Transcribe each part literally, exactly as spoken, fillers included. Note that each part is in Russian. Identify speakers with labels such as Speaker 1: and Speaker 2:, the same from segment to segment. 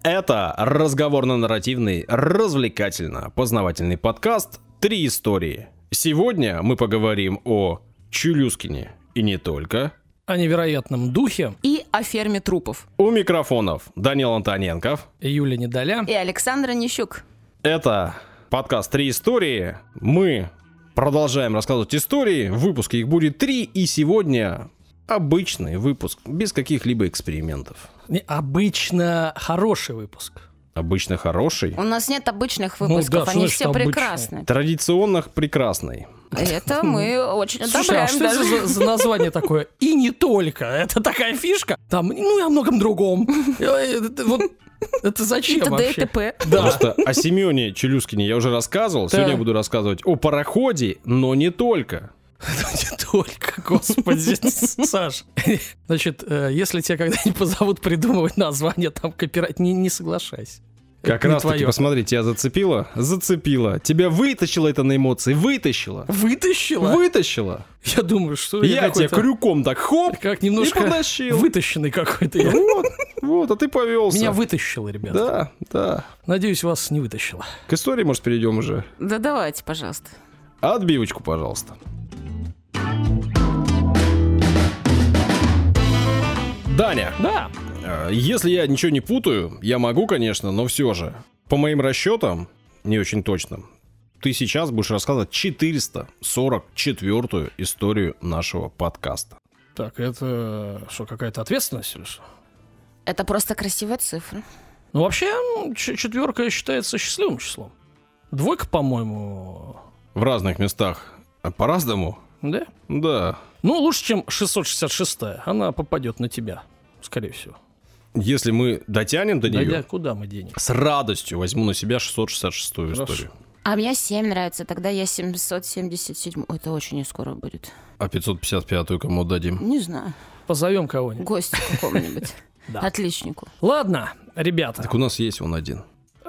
Speaker 1: Это разговорно-нарративный, развлекательно-познавательный подкаст «Три истории». Сегодня мы поговорим о Челюскине и не только,
Speaker 2: о невероятном духе
Speaker 3: и о ферме трупов.
Speaker 1: У микрофонов Данил Антоненков,
Speaker 2: Юлия Недоля
Speaker 3: и Александра Нищук.
Speaker 1: Это подкаст «Три истории». Мы продолжаем рассказывать истории. В выпуске их будет три, и сегодня обычный выпуск, без каких-либо экспериментов.
Speaker 2: Обычно хороший выпуск.
Speaker 1: Обычно хороший.
Speaker 3: У нас нет обычных выпусков,
Speaker 2: ну, да,
Speaker 3: они все прекрасны.
Speaker 1: Традиционных прекрасный.
Speaker 3: Это мы очень одобряем.
Speaker 2: Слушай, а что это за, за название такое? И не только. Это такая фишка. Там, ну и о многом другом. Вот это зачем вообще?
Speaker 3: ДТП.
Speaker 2: Да.
Speaker 1: Просто о Семене Челюскине я уже рассказывал.
Speaker 2: Да.
Speaker 1: Сегодня я буду рассказывать о пароходе, но не только.
Speaker 2: Не только, господи, Саш. Значит, если тебя когда-нибудь позовут придумывать название, там копирайт, не, не соглашайся.
Speaker 1: Как раз таки, посмотри, тебя зацепило? Зацепило. Тебя вытащило это на эмоции, вытащило.
Speaker 2: Вытащило?
Speaker 1: Вытащило.
Speaker 2: Я думаю, что
Speaker 1: я, я тебя крюком так хоп,
Speaker 2: как немножко
Speaker 1: и потащил.
Speaker 2: Вытащенный какой-то.
Speaker 1: Вот, вот, а ты повелся.
Speaker 2: Меня вытащило, ребята.
Speaker 1: Да, да.
Speaker 2: Надеюсь, вас не вытащило.
Speaker 1: К истории, может, перейдем уже?
Speaker 3: Да давайте, пожалуйста.
Speaker 1: Отбивочку, пожалуйста. Даня.
Speaker 2: Да.
Speaker 1: Если я ничего не путаю, я могу, конечно, но все же, по моим расчетам, не очень точным, ты сейчас будешь рассказывать четыреста сорок четвёртую историю нашего подкаста.
Speaker 2: Так, это что, какая-то ответственность или что?
Speaker 3: Это просто красивая цифра.
Speaker 2: Ну, вообще, четверка считается счастливым числом. Двойка, по-моему...
Speaker 1: В разных местах по-разному?
Speaker 2: Да?
Speaker 1: Да.
Speaker 2: Ну, лучше, чем шестьсот шестьдесят шестая. Она попадет на тебя, скорее всего.
Speaker 1: Если мы дотянем до нее,
Speaker 2: Дойдя, куда мы денем?
Speaker 1: С радостью возьму на себя шестьсот шестьдесят шестую
Speaker 2: Хорошо.
Speaker 1: историю.
Speaker 3: А мне семь нравится, тогда я семьсот семьдесят семь. Это очень не скоро будет.
Speaker 1: А пятьсот пятьдесят пятую кому дадим?
Speaker 3: Не знаю.
Speaker 2: Позовем кого-нибудь.
Speaker 3: Гостю какому-нибудь. Отличнику.
Speaker 2: Ладно, ребята.
Speaker 1: Так у нас есть он один.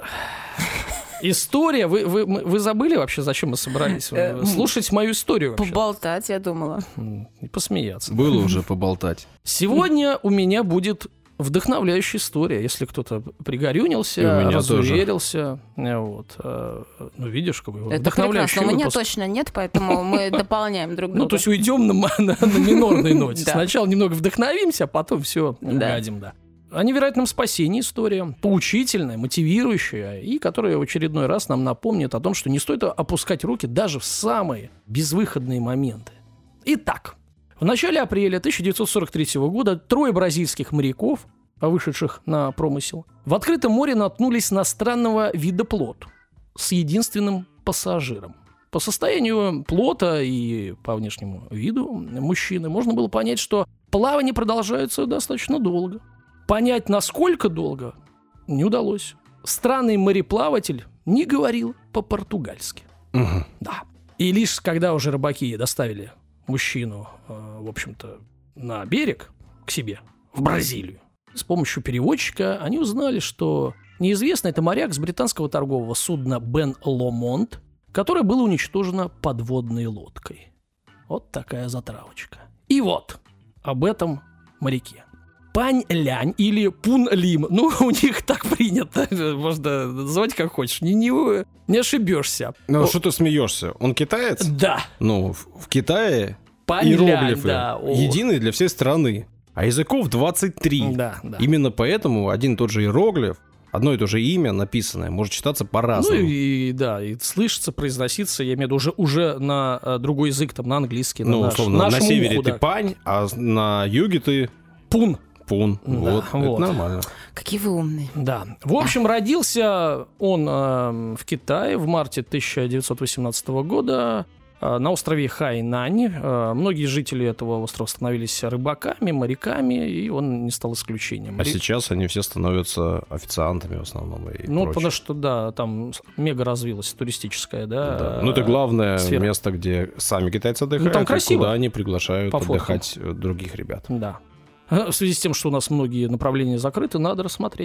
Speaker 2: История. Вы, вы, вы забыли вообще, зачем мы собрались? Слушать мою историю вообще.
Speaker 3: Поболтать, я думала.
Speaker 2: И посмеяться.
Speaker 1: Было уже поболтать.
Speaker 2: Сегодня у меня будет вдохновляющая история. Если кто-то пригорюнился, разуверился. Вот. Ну, видишь, как бы
Speaker 3: это прекрасно. У меня точно нет, поэтому мы дополняем друг друга.
Speaker 2: Ну, то есть уйдем на, на, на минорной ноте. Сначала немного вдохновимся, а потом все гадим, да. О невероятном спасении история, поучительная, мотивирующая, и которая в очередной раз нам напомнит о том, что не стоит опускать руки даже в самые безвыходные моменты. Итак, в начале апреля тысяча девятьсот сорок третьего года трое бразильских моряков, вышедших на промысел, в открытом море наткнулись на странного вида плот с единственным пассажиром. По состоянию плота и по внешнему виду мужчины можно было понять, что плавание продолжается достаточно долго. Понять, насколько долго, не удалось. Странный мореплаватель не говорил по-португальски.
Speaker 1: Угу.
Speaker 2: Да. И лишь когда уже рыбаки доставили мужчину, в общем-то, на берег, к себе, в Бразилию, с помощью переводчика они узнали, что неизвестный это моряк с британского торгового судна Бен Ломонт, которое было уничтожено подводной лодкой. Вот такая затравочка. И вот об этом моряке. Пань Лянь или Пун Лим. Ну, у них так принято. Можно называть как хочешь. Не, не, не ошибешься.
Speaker 1: Ну, что ты смеешься? Он китаец?
Speaker 2: Да.
Speaker 1: Ну, в, в Китае
Speaker 2: Пань
Speaker 1: иероглифы
Speaker 2: Лянь, да.
Speaker 1: единые для всей страны. А языков двадцать три.
Speaker 2: Да, да.
Speaker 1: Именно поэтому один и тот же иероглиф, одно и то же имя написанное, может читаться по-разному.
Speaker 2: Ну и, и да, и слышится, произноситься, я имею в виду, уже, уже на а, другой язык, там, на английский,
Speaker 1: ну,
Speaker 2: на наш,
Speaker 1: условно, на севере
Speaker 2: уху,
Speaker 1: ты
Speaker 2: да.
Speaker 1: пань, а на юге ты...
Speaker 2: Пун.
Speaker 1: Пун.
Speaker 2: Да,
Speaker 1: вот,
Speaker 2: вот.
Speaker 1: Это нормально.
Speaker 3: Какие вы умные.
Speaker 2: Да. В общем, родился он э, в Китае в марте тысяча девятьсот восемнадцатого года э, на острове Хайнань. Э, многие жители этого острова становились рыбаками, моряками, и он не стал исключением.
Speaker 1: А сейчас они все становятся официантами в основном. И
Speaker 2: ну,
Speaker 1: прочее.
Speaker 2: потому что, да, там мега развилась туристическая, да.
Speaker 1: Да. Ну, это главное
Speaker 2: сфера.
Speaker 1: место, где сами китайцы отдыхают,
Speaker 2: ну, там красиво.
Speaker 1: куда они приглашают
Speaker 2: По
Speaker 1: отдыхать
Speaker 2: фоткам.
Speaker 1: других ребят.
Speaker 2: Да. В связи с тем, что у нас многие направления закрыты, надо рассмотреть.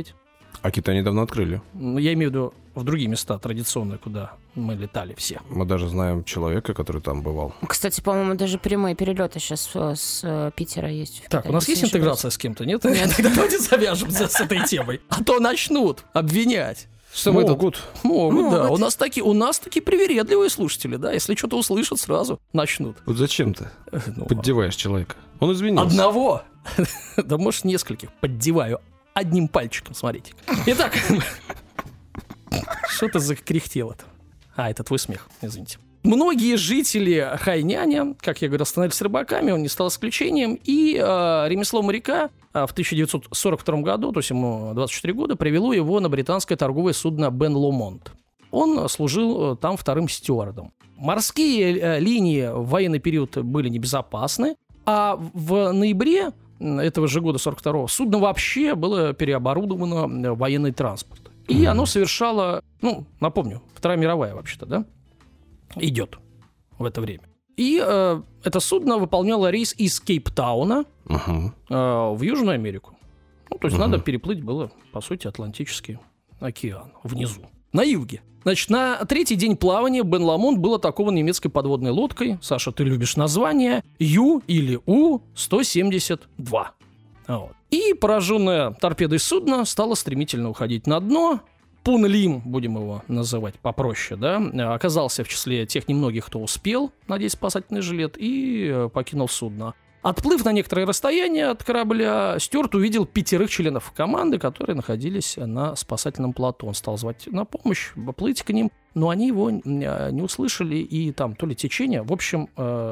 Speaker 1: А Китай недавно открыли.
Speaker 2: Я имею в виду в другие места традиционные, куда мы летали все.
Speaker 1: Мы даже знаем человека, который там бывал.
Speaker 3: Кстати, по-моему, даже прямые перелеты сейчас с Питера есть.
Speaker 2: Так, у нас есть интеграция с кем-то, нет? Нет. Давайте завяжемся с этой темой. А то начнут обвинять. Что
Speaker 1: Могут.
Speaker 2: Мы тут... Могут, да. У нас, такие, у нас такие привередливые слушатели, да. Если что-то услышат, сразу начнут.
Speaker 1: Вот зачем ты ну, поддеваешь человека? Он извинился.
Speaker 2: Одного? Да, может, нескольких поддеваю. Одним пальчиком, смотрите. Итак, что ты закряхтело-то? А, это твой смех, извините. Многие жители Хайняня, как я говорил, становились рыбаками, он не стал исключением. И э, ремесло моряка э, в тысяча девятьсот сорок втором году, то есть ему двадцать четыре года, привело его на британское торговое судно Бен Ломонт. Он служил э, там вторым стюардом. Морские э, линии в военный период были небезопасны, а в ноябре этого же года, сорок второго, судно вообще было переоборудовано в военный транспорт. И оно совершало, ну, напомню, Вторая мировая вообще-то, да, идет в это время. И э, это судно выполняло рейс из Кейптауна uh-huh. э, в Южную Америку. Ну, то есть uh-huh. надо переплыть было, по сути, Атлантический океан внизу, на юге. Значит, на третий день плавания Бен Ломонт был атакован немецкой подводной лодкой. Саша, ты любишь название. Ю или У сто семьдесят два. Вот. И пораженное торпедой судно стало стремительно уходить на дно. Пун Лим, будем его называть попроще, да, оказался в числе тех немногих, кто успел надеть спасательный жилет и покинул судно. Отплыв на некоторое расстояние от корабля, Стюарт увидел пятерых членов команды, которые находились на спасательном плоту. Он стал звать на помощь, плыть к ним, но они его не услышали, и там то ли течение, в общем,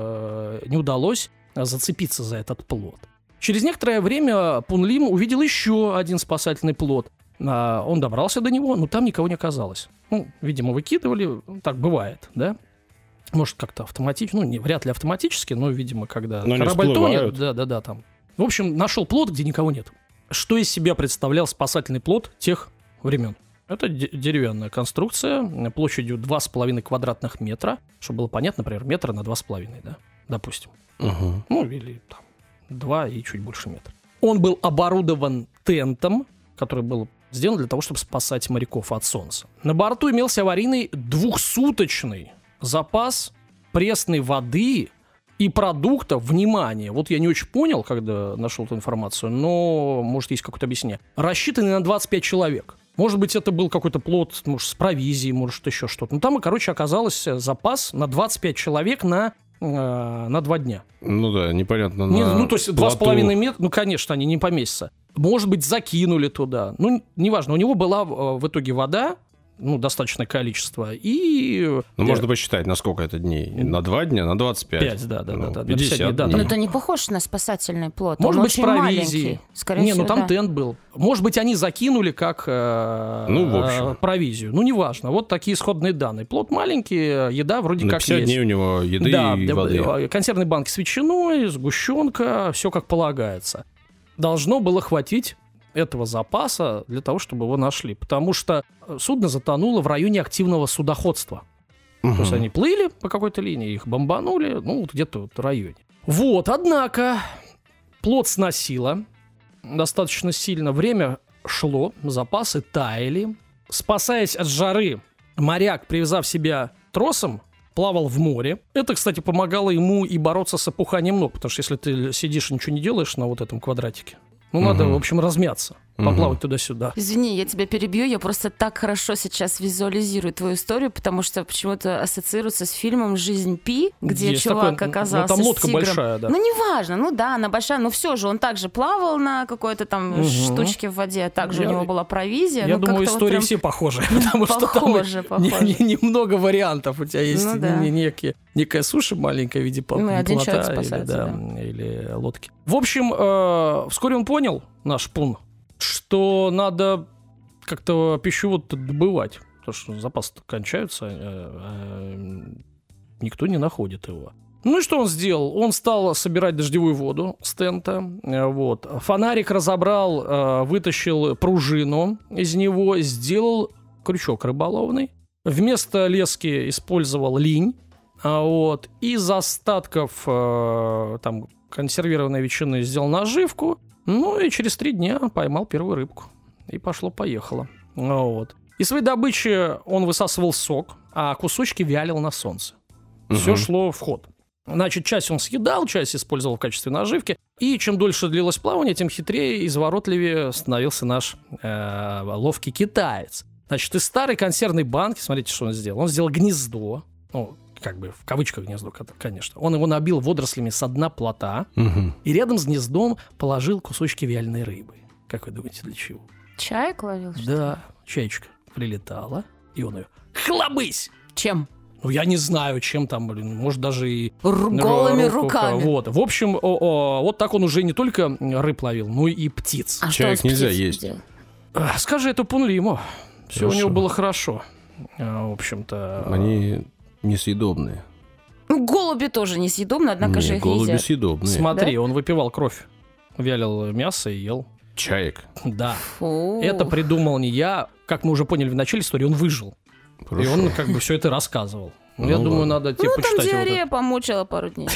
Speaker 2: не удалось зацепиться за этот плот. Через некоторое время Пун Лим увидел еще один спасательный плот. Он добрался до него, но там никого не оказалось. Ну, видимо, выкидывали, так бывает, да? Может, как-то автоматически, ну, не, вряд ли автоматически, но, видимо, когда но корабль тонет, да-да-да, там. В общем, нашел плот, где никого нет. Что из себя представлял спасательный плот тех времен? Это д- деревянная конструкция площадью два с половиной квадратных метра, чтобы было понятно, например, метра на два с половиной, да, допустим.
Speaker 1: Угу.
Speaker 2: Ну, или там два и чуть больше метра. Он был оборудован тентом, который был сделан для того, чтобы спасать моряков от солнца. На борту имелся аварийный двухсуточный запас пресной воды и продуктов. Внимание, вот я не очень понял, когда нашел эту информацию, но, может, есть какое-то объяснение. Рассчитанный на двадцать пять человек. Может быть, это был какой-то плот, может, с провизией, может, еще что-то. Но там, короче, оказался запас на двадцать пять человек на, э, на два дня.
Speaker 1: Ну да, непонятно.
Speaker 2: Не,
Speaker 1: на
Speaker 2: ну, то есть два с половиной метра, ну, конечно, они не поместятся. Может быть, закинули туда. Ну, неважно, у него была в итоге вода, ну, достаточное количество, и...
Speaker 1: Ну, да. Можно посчитать, на сколько это дней? На два дня, на двадцать пять?
Speaker 2: пять, да, да,
Speaker 1: ну,
Speaker 2: да.
Speaker 1: пятьдесят
Speaker 2: дней, да.
Speaker 3: Но это не похоже на спасательный плот.
Speaker 2: Может
Speaker 3: Он
Speaker 2: быть, с провизией.
Speaker 3: Маленький. Скорее
Speaker 2: не,
Speaker 3: всего,
Speaker 2: ну там
Speaker 3: да.
Speaker 2: тент был. Может быть, они закинули как э,
Speaker 1: ну, в общем.
Speaker 2: э, провизию. Ну, неважно. Вот такие исходные данные. Плот маленький, еда вроде
Speaker 1: на
Speaker 2: как
Speaker 1: пятьдесят
Speaker 2: есть.
Speaker 1: дней у него еды
Speaker 2: да,
Speaker 1: и
Speaker 2: да,
Speaker 1: воды.
Speaker 2: Консервные банки с ветчиной, сгущенка, все как полагается. Должно было хватить этого запаса для того, чтобы его нашли. Потому что судно затонуло в районе активного судоходства. Угу. То есть они плыли по какой-то линии, их бомбанули, ну, вот где-то вот в районе. Вот, однако, плот сносило достаточно сильно. Время шло, запасы таяли. Спасаясь от жары, моряк, привязав себя тросом, плавал в море. Это, кстати, помогало ему и бороться с опуханием ног, потому что если ты сидишь и ничего не делаешь на вот этом квадратике, ну, угу. надо, в общем, размяться, поплавать угу. туда-сюда.
Speaker 3: Извини, я тебя перебью, я просто так хорошо сейчас визуализирую твою историю, потому что почему-то ассоциируется с фильмом «Жизнь Пи», где
Speaker 2: есть
Speaker 3: чувак
Speaker 2: такой,
Speaker 3: оказался
Speaker 2: ну, там лодка
Speaker 3: с тигром.
Speaker 2: Большая, да.
Speaker 3: Ну, неважно, ну да, она большая, но все же, он также плавал на какой-то там угу. штучке в воде, также я, у него была провизия.
Speaker 2: Я
Speaker 3: ну,
Speaker 2: думаю, истории вот прям... все похожи, потому что там немного вариантов. У тебя есть
Speaker 3: ну, да.
Speaker 2: некие, некая суши маленькая в виде плота или, да, да. или лодки. В общем, э, вскоре он понял, наш Пун, что надо как-то пищевод добывать, потому что запасы кончаются, а никто не находит его. Ну и что он сделал? Он стал собирать дождевую воду с тента, вот. Фонарик разобрал, вытащил пружину из него, сделал крючок рыболовный. Вместо лески использовал линь, вот. Из остатков там консервированной ветчины сделал наживку. Ну и через три дня поймал первую рыбку. и пошло-поехало. Вот. Из своей добычи он высасывал сок, а кусочки вялил на солнце. Угу. Все шло в ход. Значит, часть он съедал, часть использовал в качестве наживки. И чем дольше длилось плавание, тем хитрее и изворотливее становился наш э, ловкий китаец. Значит, из старой консервной банки, смотрите, что он сделал. Он сделал гнездо, ну, как бы в кавычках гнездо, конечно. Он его набил водорослями со дна плота, угу. и рядом с гнездом положил кусочки вяленой рыбы. Как вы думаете, для чего?
Speaker 3: Чаек ловил?
Speaker 2: Да, чаечка прилетала, и он ее хлобысь!
Speaker 3: Чем?
Speaker 2: Ну, я не знаю, чем там, блин, может, даже и...
Speaker 3: Голыми руками.
Speaker 2: Вот, в общем, о, о, вот так он уже не только рыб ловил, но и птиц.
Speaker 3: А
Speaker 1: чаек нельзя есть.
Speaker 3: Делал?
Speaker 2: Скажи это Пунлиму. Все у него было хорошо. В общем-то...
Speaker 1: Они несъедобные.
Speaker 3: Ну, голуби тоже несъедобные, однако
Speaker 1: не,
Speaker 3: же их
Speaker 1: голуби
Speaker 3: едят.
Speaker 1: съедобные.
Speaker 2: Смотри,
Speaker 3: да?
Speaker 2: Он выпивал кровь, вялил мясо и ел.
Speaker 1: Чаек?
Speaker 2: Да.
Speaker 3: Фу.
Speaker 2: Это придумал не я. Как мы уже поняли в начале истории, он выжил. Хорошо. И он как бы все это рассказывал. Ну, я думаю, ладно. Надо тебе
Speaker 3: ну,
Speaker 2: почитать.
Speaker 3: Ну, там диарея
Speaker 2: вот
Speaker 3: помучила пару дней.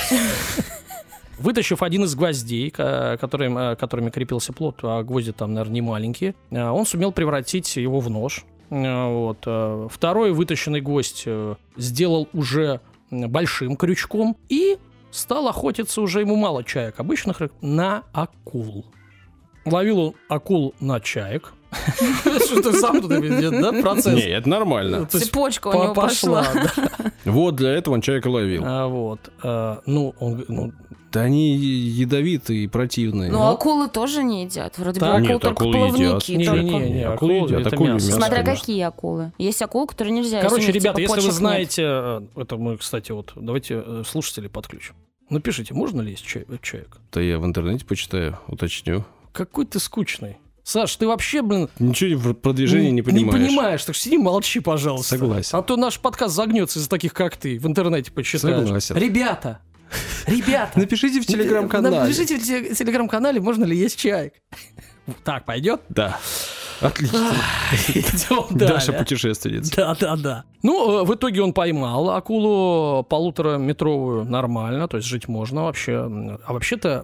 Speaker 2: Вытащив один из гвоздей, которыми, которыми крепился плот, а гвозди там, наверное, не маленькие, он сумел превратить его в нож. Вот. Второй вытащенный гвоздь сделал уже большим крючком и стал охотиться, уже ему мало чаек обычных, на акул. Ловил он акул на чаек. Что ты сам туда ведет, да, процесс?
Speaker 1: Не, это нормально.
Speaker 3: Цепочка у него пошла.
Speaker 1: Вот для этого он чаека ловил.
Speaker 2: Вот. Ну, он...
Speaker 1: Да они ядовитые и противные.
Speaker 3: Ну, акулы тоже не едят. Вроде бы акул
Speaker 1: Нет,
Speaker 3: только
Speaker 1: акулы
Speaker 3: плавники.
Speaker 1: едят.
Speaker 3: Только...
Speaker 2: Не, не, не,
Speaker 1: акулы едят,
Speaker 2: это
Speaker 1: акулы
Speaker 2: мясо.
Speaker 1: мясо.
Speaker 3: Смотря
Speaker 1: конечно.
Speaker 3: какие акулы. Есть акулы, которые нельзя.
Speaker 2: Короче,
Speaker 3: если
Speaker 2: ребята,
Speaker 3: типа,
Speaker 2: если вы
Speaker 3: почек
Speaker 2: знаете, нет. Это мы, кстати, вот давайте слушателей подключим. Напишите, можно ли есть чай, чаек?
Speaker 1: Да я в интернете почитаю, уточню.
Speaker 2: Какой ты скучный. Саш, ты вообще, блин...
Speaker 1: Ничего в продвижении не понимаешь.
Speaker 2: Не понимаешь, так сиди, молчи, пожалуйста.
Speaker 1: Согласен.
Speaker 2: А то наш подкаст загнется из-за таких, как ты, в интернете почитаешь.
Speaker 1: Согласен.
Speaker 2: Ребята, ребята.
Speaker 1: Напишите в телеграм-канале.
Speaker 2: Напишите в телеграм-канале, можно ли есть чаек. Так, пойдет?
Speaker 1: Да. Отлично.
Speaker 2: Идем
Speaker 1: Даша
Speaker 2: далее.
Speaker 1: путешественница.
Speaker 2: Да, да, да. Ну, в итоге он поймал акулу полутораметровую нормально, то есть жить можно вообще. А вообще-то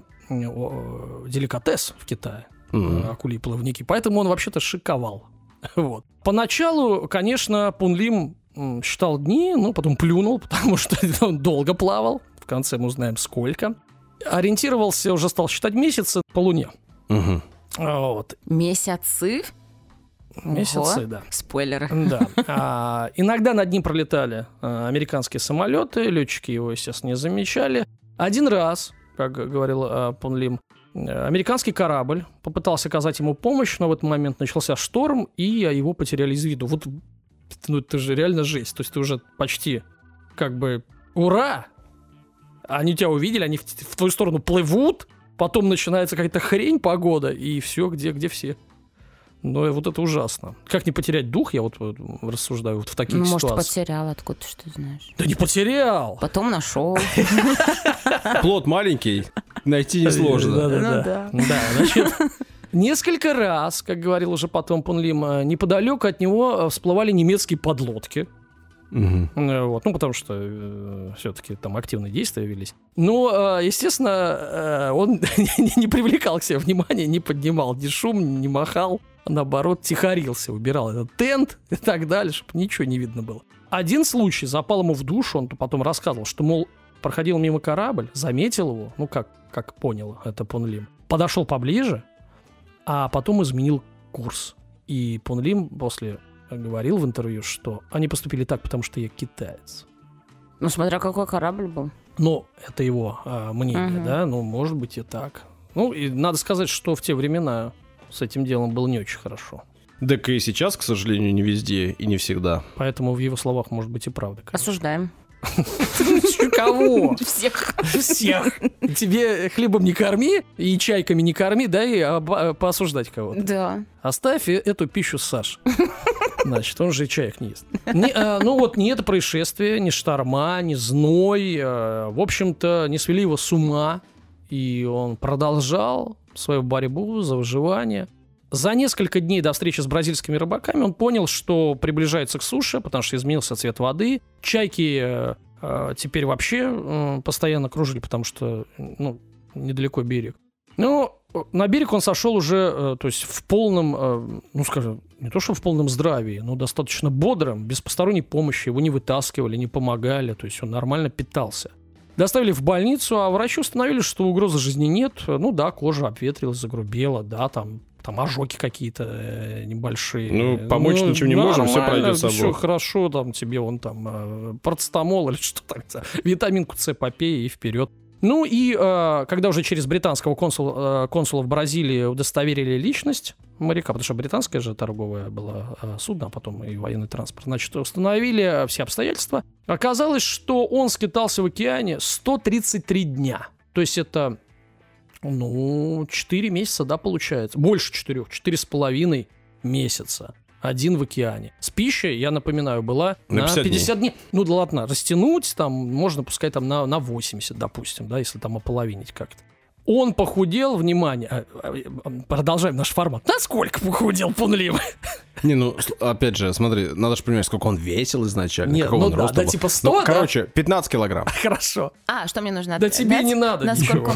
Speaker 2: деликатес в Китае. Mm-hmm. Акули и плавники. Поэтому он вообще-то шиковал. Вот. Поначалу, конечно, Пунлим считал дни, но потом плюнул, потому что он долго плавал. В конце мы узнаем, сколько. Ориентировался, уже стал считать месяцы по Луне.
Speaker 1: Mm-hmm.
Speaker 2: Вот.
Speaker 3: Месяцы?
Speaker 2: Месяцы,
Speaker 3: Ого.
Speaker 2: да.
Speaker 3: Спойлеры.
Speaker 2: Да. А, иногда над ним пролетали а, американские самолеты, летчики его, естественно, не замечали. Один раз, как говорил а, Пунлим, американский корабль попытался оказать ему помощь, но в этот момент начался шторм, и его потеряли из виду. Вот, ну, это же реально жесть. То есть ты уже почти как бы ура! Они тебя увидели, они в, в твою сторону плывут, потом начинается какая-то хрень, погода, и все, где, где все. Но вот это ужасно. Как не потерять дух, я вот, вот рассуждаю вот в таких
Speaker 3: ну,
Speaker 2: ситуациях.
Speaker 3: Может, потерял, откуда ты что знаешь?
Speaker 2: Да не потерял!
Speaker 3: Потом нашел.
Speaker 1: Плод маленький, найти несложно.
Speaker 3: Ну да.
Speaker 2: Да, значит, несколько раз, как говорил уже потом Пунлим, неподалеку от него всплывали немецкие подлодки.
Speaker 1: Угу.
Speaker 2: Вот, ну, потому что э, все-таки там активные действия велись. Но, э, естественно, э, он не привлекал к себе внимания, не поднимал ни шум, не махал. Наоборот, тихорился, убирал этот тент и так далее, чтобы ничего не видно было. Один случай запал ему в душу, он потом рассказывал, что, мол, проходил мимо корабль, заметил его, ну, как, как понял это Пунлим, подошел поближе, а потом изменил курс. И Пунлим после... говорил в интервью, что они поступили так, потому что я китаец.
Speaker 3: Ну, смотря какой корабль был.
Speaker 2: Ну, это его а, мнение,
Speaker 3: uh-huh.
Speaker 2: да, ну, может быть и так. Ну, и надо сказать, что в те времена с этим делом было не очень хорошо.
Speaker 1: Так и сейчас, к сожалению, не везде и не всегда.
Speaker 2: Поэтому в его словах может быть и правда.
Speaker 3: Осуждаем.
Speaker 2: Кого?
Speaker 3: Всех.
Speaker 2: Всех. Тебе хлебом не корми и чайками не корми, дай поосуждать кого-то.
Speaker 3: Да.
Speaker 2: Оставь эту пищу Саше. Значит, он же и чаек не ест. Не, а, ну вот ни это происшествие, ни шторма, ни зной, а, в общем-то, не свели его с ума. И он продолжал свою борьбу за выживание. За несколько дней до встречи с бразильскими рыбаками он понял, что приближается к суше, потому что изменился цвет воды. Чайки э, теперь вообще э, постоянно кружили, потому что ну, недалеко берег. Ну, на берег он сошел уже, то есть в полном, ну, скажем, не то что в полном здравии, но достаточно бодрым, без посторонней помощи, его не вытаскивали, не помогали, то есть он нормально питался. Доставили в больницу, а врачи установили, что угрозы жизни нет. Ну да, кожа обветрилась, загрубела, да, там, там ожоги какие-то э, небольшие.
Speaker 1: Ну, помочь ну, ничем не можем, все пройдет собой.
Speaker 2: Все хорошо, там тебе вон там э, парацетамол или что там, витаминку С попей и вперед. Ну и э, когда уже через британского консула, э, консула в Бразилии удостоверили личность моряка, потому что британское же торговое было э, судно, а потом и военный транспорт, значит, установили все обстоятельства. Оказалось, что он скитался в океане сто тридцать три дня. То есть это, ну, четыре месяца, да, получается. Больше четырех, четыре с половиной месяца. Один в океане. С пищей, я напоминаю, была на, на пятьдесят дней. Ну да ладно, растянуть там можно, пускай там на, на восемьдесят, допустим, да, если там ополовинить как-то. Он похудел, внимание, продолжаем наш формат. Насколько похудел Пун Ли?
Speaker 1: Не, ну, опять же, смотри, надо же понимать, сколько он весил изначально.
Speaker 2: Нет,
Speaker 1: какого
Speaker 2: ну
Speaker 1: он
Speaker 2: да,
Speaker 1: роста
Speaker 2: да,
Speaker 1: был.
Speaker 2: типа сто,
Speaker 1: ну,
Speaker 2: да?
Speaker 1: Короче, пятнадцать килограмм.
Speaker 2: Хорошо.
Speaker 3: А, что мне нужно
Speaker 2: Да тебе не надо
Speaker 3: ничего.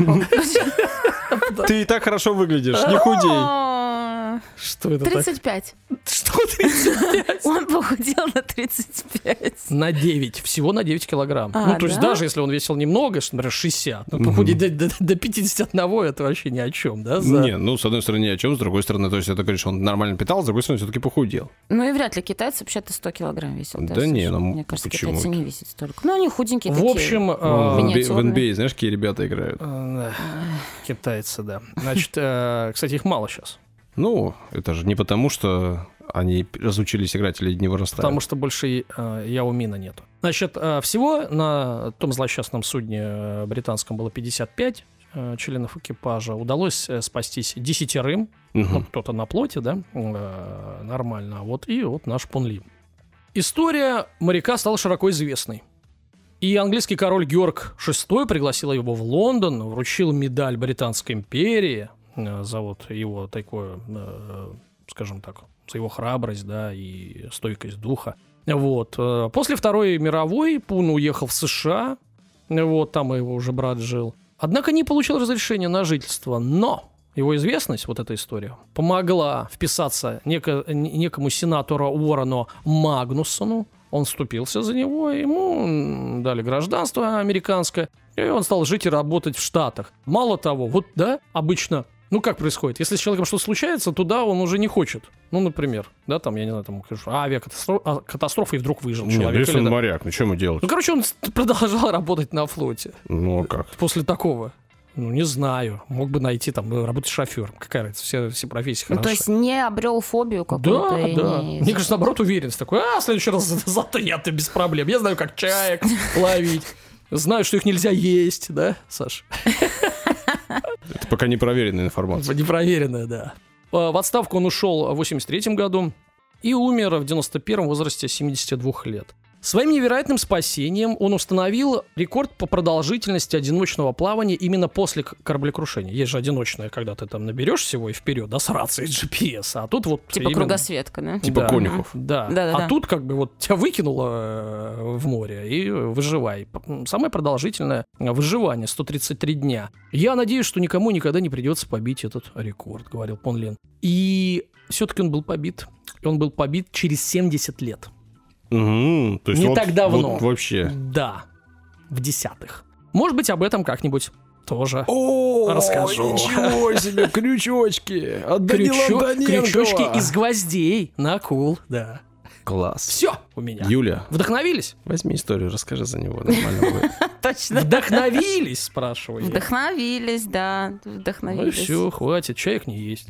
Speaker 1: Ты и так хорошо выглядишь, не худей.
Speaker 2: Что это
Speaker 3: тридцать пять.
Speaker 2: Что тридцать пять?
Speaker 3: Он похудел на тридцать пять.
Speaker 2: На девять. Всего на девять килограмм.
Speaker 3: А,
Speaker 2: ну, то
Speaker 3: да?
Speaker 2: есть даже если он весил немного, например, шестьдесят, ну, похудеть до, до, до пятьдесят один это вообще ни о чем, да? За...
Speaker 1: Не, ну, с одной стороны, ни о чем, с другой стороны, то есть это, конечно, он нормально питал, с другой стороны, все-таки похудел.
Speaker 3: Ну и вряд ли китайцы вообще-то сто килограмм весят.
Speaker 1: Да, да не, ну,
Speaker 3: мне кажется,
Speaker 1: почему?
Speaker 3: Китайцы не весят столько. Ну, они худенькие
Speaker 2: в
Speaker 3: такие.
Speaker 2: В общем,
Speaker 1: ну, в эн би эй, знаешь, какие ребята играют?
Speaker 2: Э, китайцы, да. Значит, э, кстати, их мало сейчас.
Speaker 1: Ну, это же не потому, что они разучились играть или не вырастают.
Speaker 2: Потому что больше э, Яо Мина нету. Значит, э, всего на том злосчастном судне э, британском было пятьдесят пять э, членов экипажа. Удалось э, спастись десятерым. Угу. Ну, кто-то на плоте, да, э, нормально. Вот и вот наш Пун Ли. История моряка стала широко известной. И английский король Георг шестой пригласил его в Лондон, вручил медаль Британской империи за вот его такое, скажем так, за его храбрость, да, и стойкость духа. Вот. После Второй мировой Пун уехал в США, вот, там его уже брат жил. Однако не получил разрешения на жительство, но его известность, вот эта история, помогла вписаться неко, некому сенатору Уоррену Магнуссону. Он вступился за него, ему дали гражданство американское, и он стал жить и работать в Штатах. Мало того, вот, да, обычно... Ну, как происходит? Если с человеком что-то случается, туда он уже не хочет. Ну, например, да, там, я не знаю, там, авиакатастрофа, катастрофа, и вдруг выжил
Speaker 1: Нет,
Speaker 2: человек.
Speaker 1: если он
Speaker 2: да.
Speaker 1: моряк, ну, что ему делать?
Speaker 2: Ну, короче, он продолжал работать на флоте.
Speaker 1: Ну, а как?
Speaker 2: После такого. Ну, не знаю. Мог бы найти, там, работать шофером. Какая разница? Все, все профессии
Speaker 3: ну,
Speaker 2: хороши.
Speaker 3: То есть не обрел фобию какую-то?
Speaker 2: Да,
Speaker 3: и
Speaker 2: да.
Speaker 3: не...
Speaker 2: Мне кажется, наоборот, уверенность такой. А, в следующий раз зато я-то без проблем. Я знаю, как чаек ловить. Знаю, что их нельзя есть, да, Саш?
Speaker 1: Это пока непроверенная информация.
Speaker 2: Непроверенная, да. В отставку он ушел в восемьдесят третьем году и умер в девяносто первом в возрасте семидесяти двух лет. Своим невероятным спасением он установил рекорд по продолжительности одиночного плавания именно после кораблекрушения. Есть же одиночное, когда ты там наберешь всего и вперед, да, с рацией джи пи эс, а тут вот...
Speaker 3: Типа
Speaker 2: именно...
Speaker 3: кругосветка, да?
Speaker 1: Типа
Speaker 2: да,
Speaker 1: конюхов.
Speaker 2: Да.
Speaker 3: Да, да,
Speaker 2: а
Speaker 3: да.
Speaker 2: тут как бы вот тебя выкинуло в море и выживай. Самое продолжительное выживание, сто тридцать три дня. Я надеюсь, что никому никогда не придется побить этот рекорд, говорил Пун Ли. И все-таки он был побит. И он был побит через семьдесят лет.
Speaker 1: Угу, то есть
Speaker 2: не
Speaker 1: вот,
Speaker 2: так давно.
Speaker 1: Вот вообще.
Speaker 2: Да, в десятых. Может быть, об этом как-нибудь тоже
Speaker 1: О,
Speaker 2: расскажу.
Speaker 1: Ничего себе, крючочки от Данила
Speaker 2: Крючок,
Speaker 1: Антоненкова.
Speaker 2: крючочки из гвоздей на акул, да.
Speaker 1: Класс.
Speaker 2: Все у меня.
Speaker 1: Юля,
Speaker 2: Вдохновились?
Speaker 1: возьми историю, расскажи за него. Нормально будет.
Speaker 3: Точно.
Speaker 2: Вдохновились, спрашиваю я.
Speaker 3: Вдохновились, да,
Speaker 2: Ну и
Speaker 3: вдохновились.
Speaker 2: все, хватит, чаек не есть.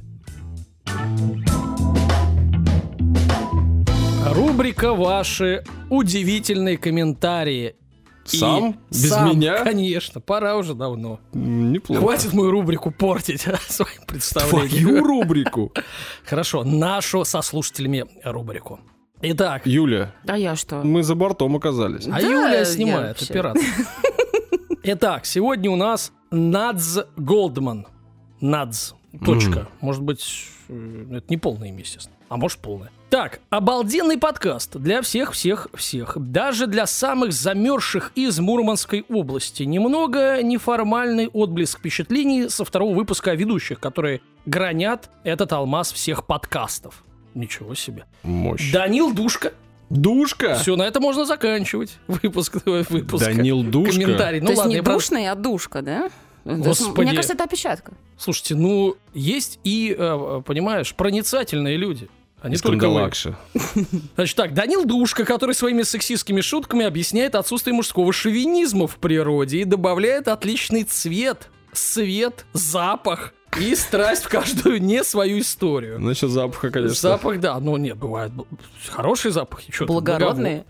Speaker 2: Рубрика «Ваши удивительные комментарии».
Speaker 1: Сам?
Speaker 2: И
Speaker 1: Без
Speaker 2: сам,
Speaker 1: меня?
Speaker 2: Конечно, пора уже давно.
Speaker 1: Неплохо.
Speaker 2: Хватит мою рубрику портить своим представлением.
Speaker 1: Твою рубрику.
Speaker 2: Хорошо, нашу со слушателями рубрику. Итак,
Speaker 1: Юля,
Speaker 3: А я что?
Speaker 1: мы за бортом оказались.
Speaker 2: а
Speaker 3: Да,
Speaker 2: Юля
Speaker 3: я
Speaker 2: снимает,
Speaker 3: вообще.
Speaker 2: оператор. Итак, сегодня у нас Надз Голдман. Надз. Точка. Может быть, э, это не полное имя, естественно. А может, полная. Так, обалденный подкаст для всех-всех-всех. Даже для самых замерзших из Мурманской области. Немного неформальный отблеск впечатлений со второго выпуска о ведущих, которые гранят этот алмаз всех подкастов. Ничего себе.
Speaker 1: Мощь.
Speaker 2: Данил Душка.
Speaker 1: Душка?
Speaker 2: Все, на это можно заканчивать. Выпуск, выпуск.
Speaker 1: Данил Душка?
Speaker 2: Комментарий. Ну,
Speaker 3: То
Speaker 2: ладно,
Speaker 3: есть не
Speaker 2: я
Speaker 3: душный, а душка, да?
Speaker 2: Господи.
Speaker 3: Мне кажется, это опечатка.
Speaker 2: Слушайте, ну, есть и, э, понимаешь, проницательные люди. Они
Speaker 1: Из
Speaker 2: только вы.
Speaker 1: Кандалакши.
Speaker 2: Значит так, Данил Душка, который своими сексистскими шутками объясняет отсутствие мужского шовинизма в природе и добавляет отличный цвет, свет, запах и страсть в каждую не свою историю.
Speaker 1: Насчет запаха, конечно.
Speaker 2: Запах, да, но нет, бывают хорошие запахи. Что
Speaker 3: Благородные.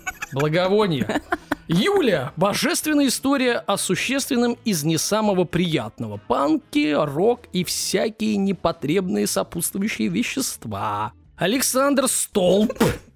Speaker 2: Благовония. Юля. Божественная история о существенном из не самого приятного. Панки, рок и всякие непотребные сопутствующие вещества. Александр Столб.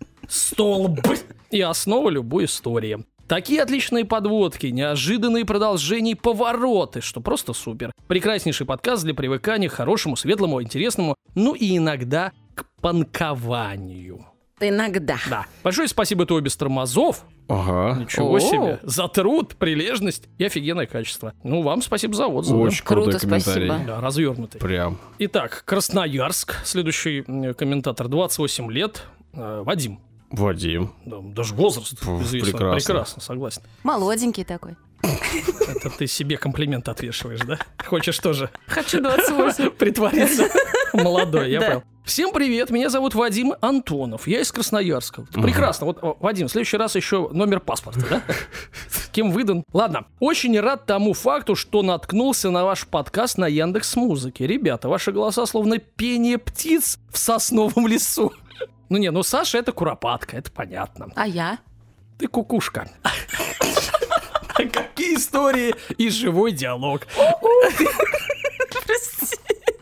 Speaker 2: Столб. И основа любой истории. Такие отличные подводки, неожиданные продолжения и повороты, что просто супер. Прекраснейший подкаст для привыкания к хорошему, светлому, интересному, ну и иногда к панкованию.
Speaker 3: Иногда.
Speaker 2: Да. Большое спасибо Тобе без тормозов.
Speaker 1: Ага.
Speaker 2: Ничего
Speaker 3: О.
Speaker 2: себе. За труд, прилежность и офигенное качество. Ну, вам спасибо за отзыв.
Speaker 1: Очень
Speaker 3: Круто,
Speaker 1: крутой комментарий.
Speaker 3: спасибо.
Speaker 2: Да, развернутый.
Speaker 1: Прям.
Speaker 2: Итак, Красноярск. Следующий м, комментатор. двадцать восемь лет. Э, Вадим.
Speaker 1: Вадим.
Speaker 2: Да, даже возраст
Speaker 1: Фу,
Speaker 2: известный.
Speaker 1: прекрасно.
Speaker 2: Прекрасно, согласен.
Speaker 3: Молоденький такой.
Speaker 2: Это ты себе комплимент отвешиваешь, да? Хочешь тоже
Speaker 3: Хочу двадцать восемь.
Speaker 2: притвориться молодой, я
Speaker 3: Да.
Speaker 2: понял. Всем привет, меня зовут Вадим Антонов, я из Красноярска. Прекрасно, вот, о, Вадим, в следующий раз еще номер паспорта, да? Кем выдан? Ладно, очень рад тому факту, что наткнулся на ваш подкаст на Яндекс.Музыке. Ребята, ваши голоса словно пение птиц в сосновом лесу. Ну не, ну Саша это куропатка, это понятно.
Speaker 3: А я?
Speaker 2: Ты кукушка. Какие истории и живой диалог.
Speaker 3: Прости.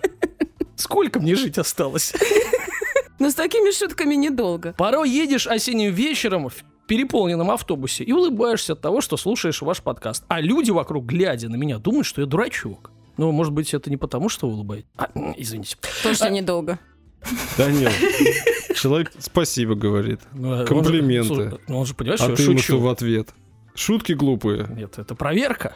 Speaker 2: Сколько мне жить осталось?
Speaker 3: Но с такими шутками недолго.
Speaker 2: Порой едешь осенним вечером в переполненном автобусе и улыбаешься от того, что слушаешь ваш подкаст. А люди вокруг, глядя на меня, думают, что я дурачок. Ну, может быть, это не потому, что вы улыбаетесь. А, извините.
Speaker 3: Точно недолго.
Speaker 1: Данил, человек спасибо говорит.
Speaker 2: Ну, он же-
Speaker 1: Комплименты.
Speaker 2: слушай, ну, он же понимает,
Speaker 1: А
Speaker 2: что
Speaker 1: ты
Speaker 2: я
Speaker 1: ему
Speaker 2: шучу.
Speaker 1: что в ответ? Шутки глупые.
Speaker 2: Нет, это проверка.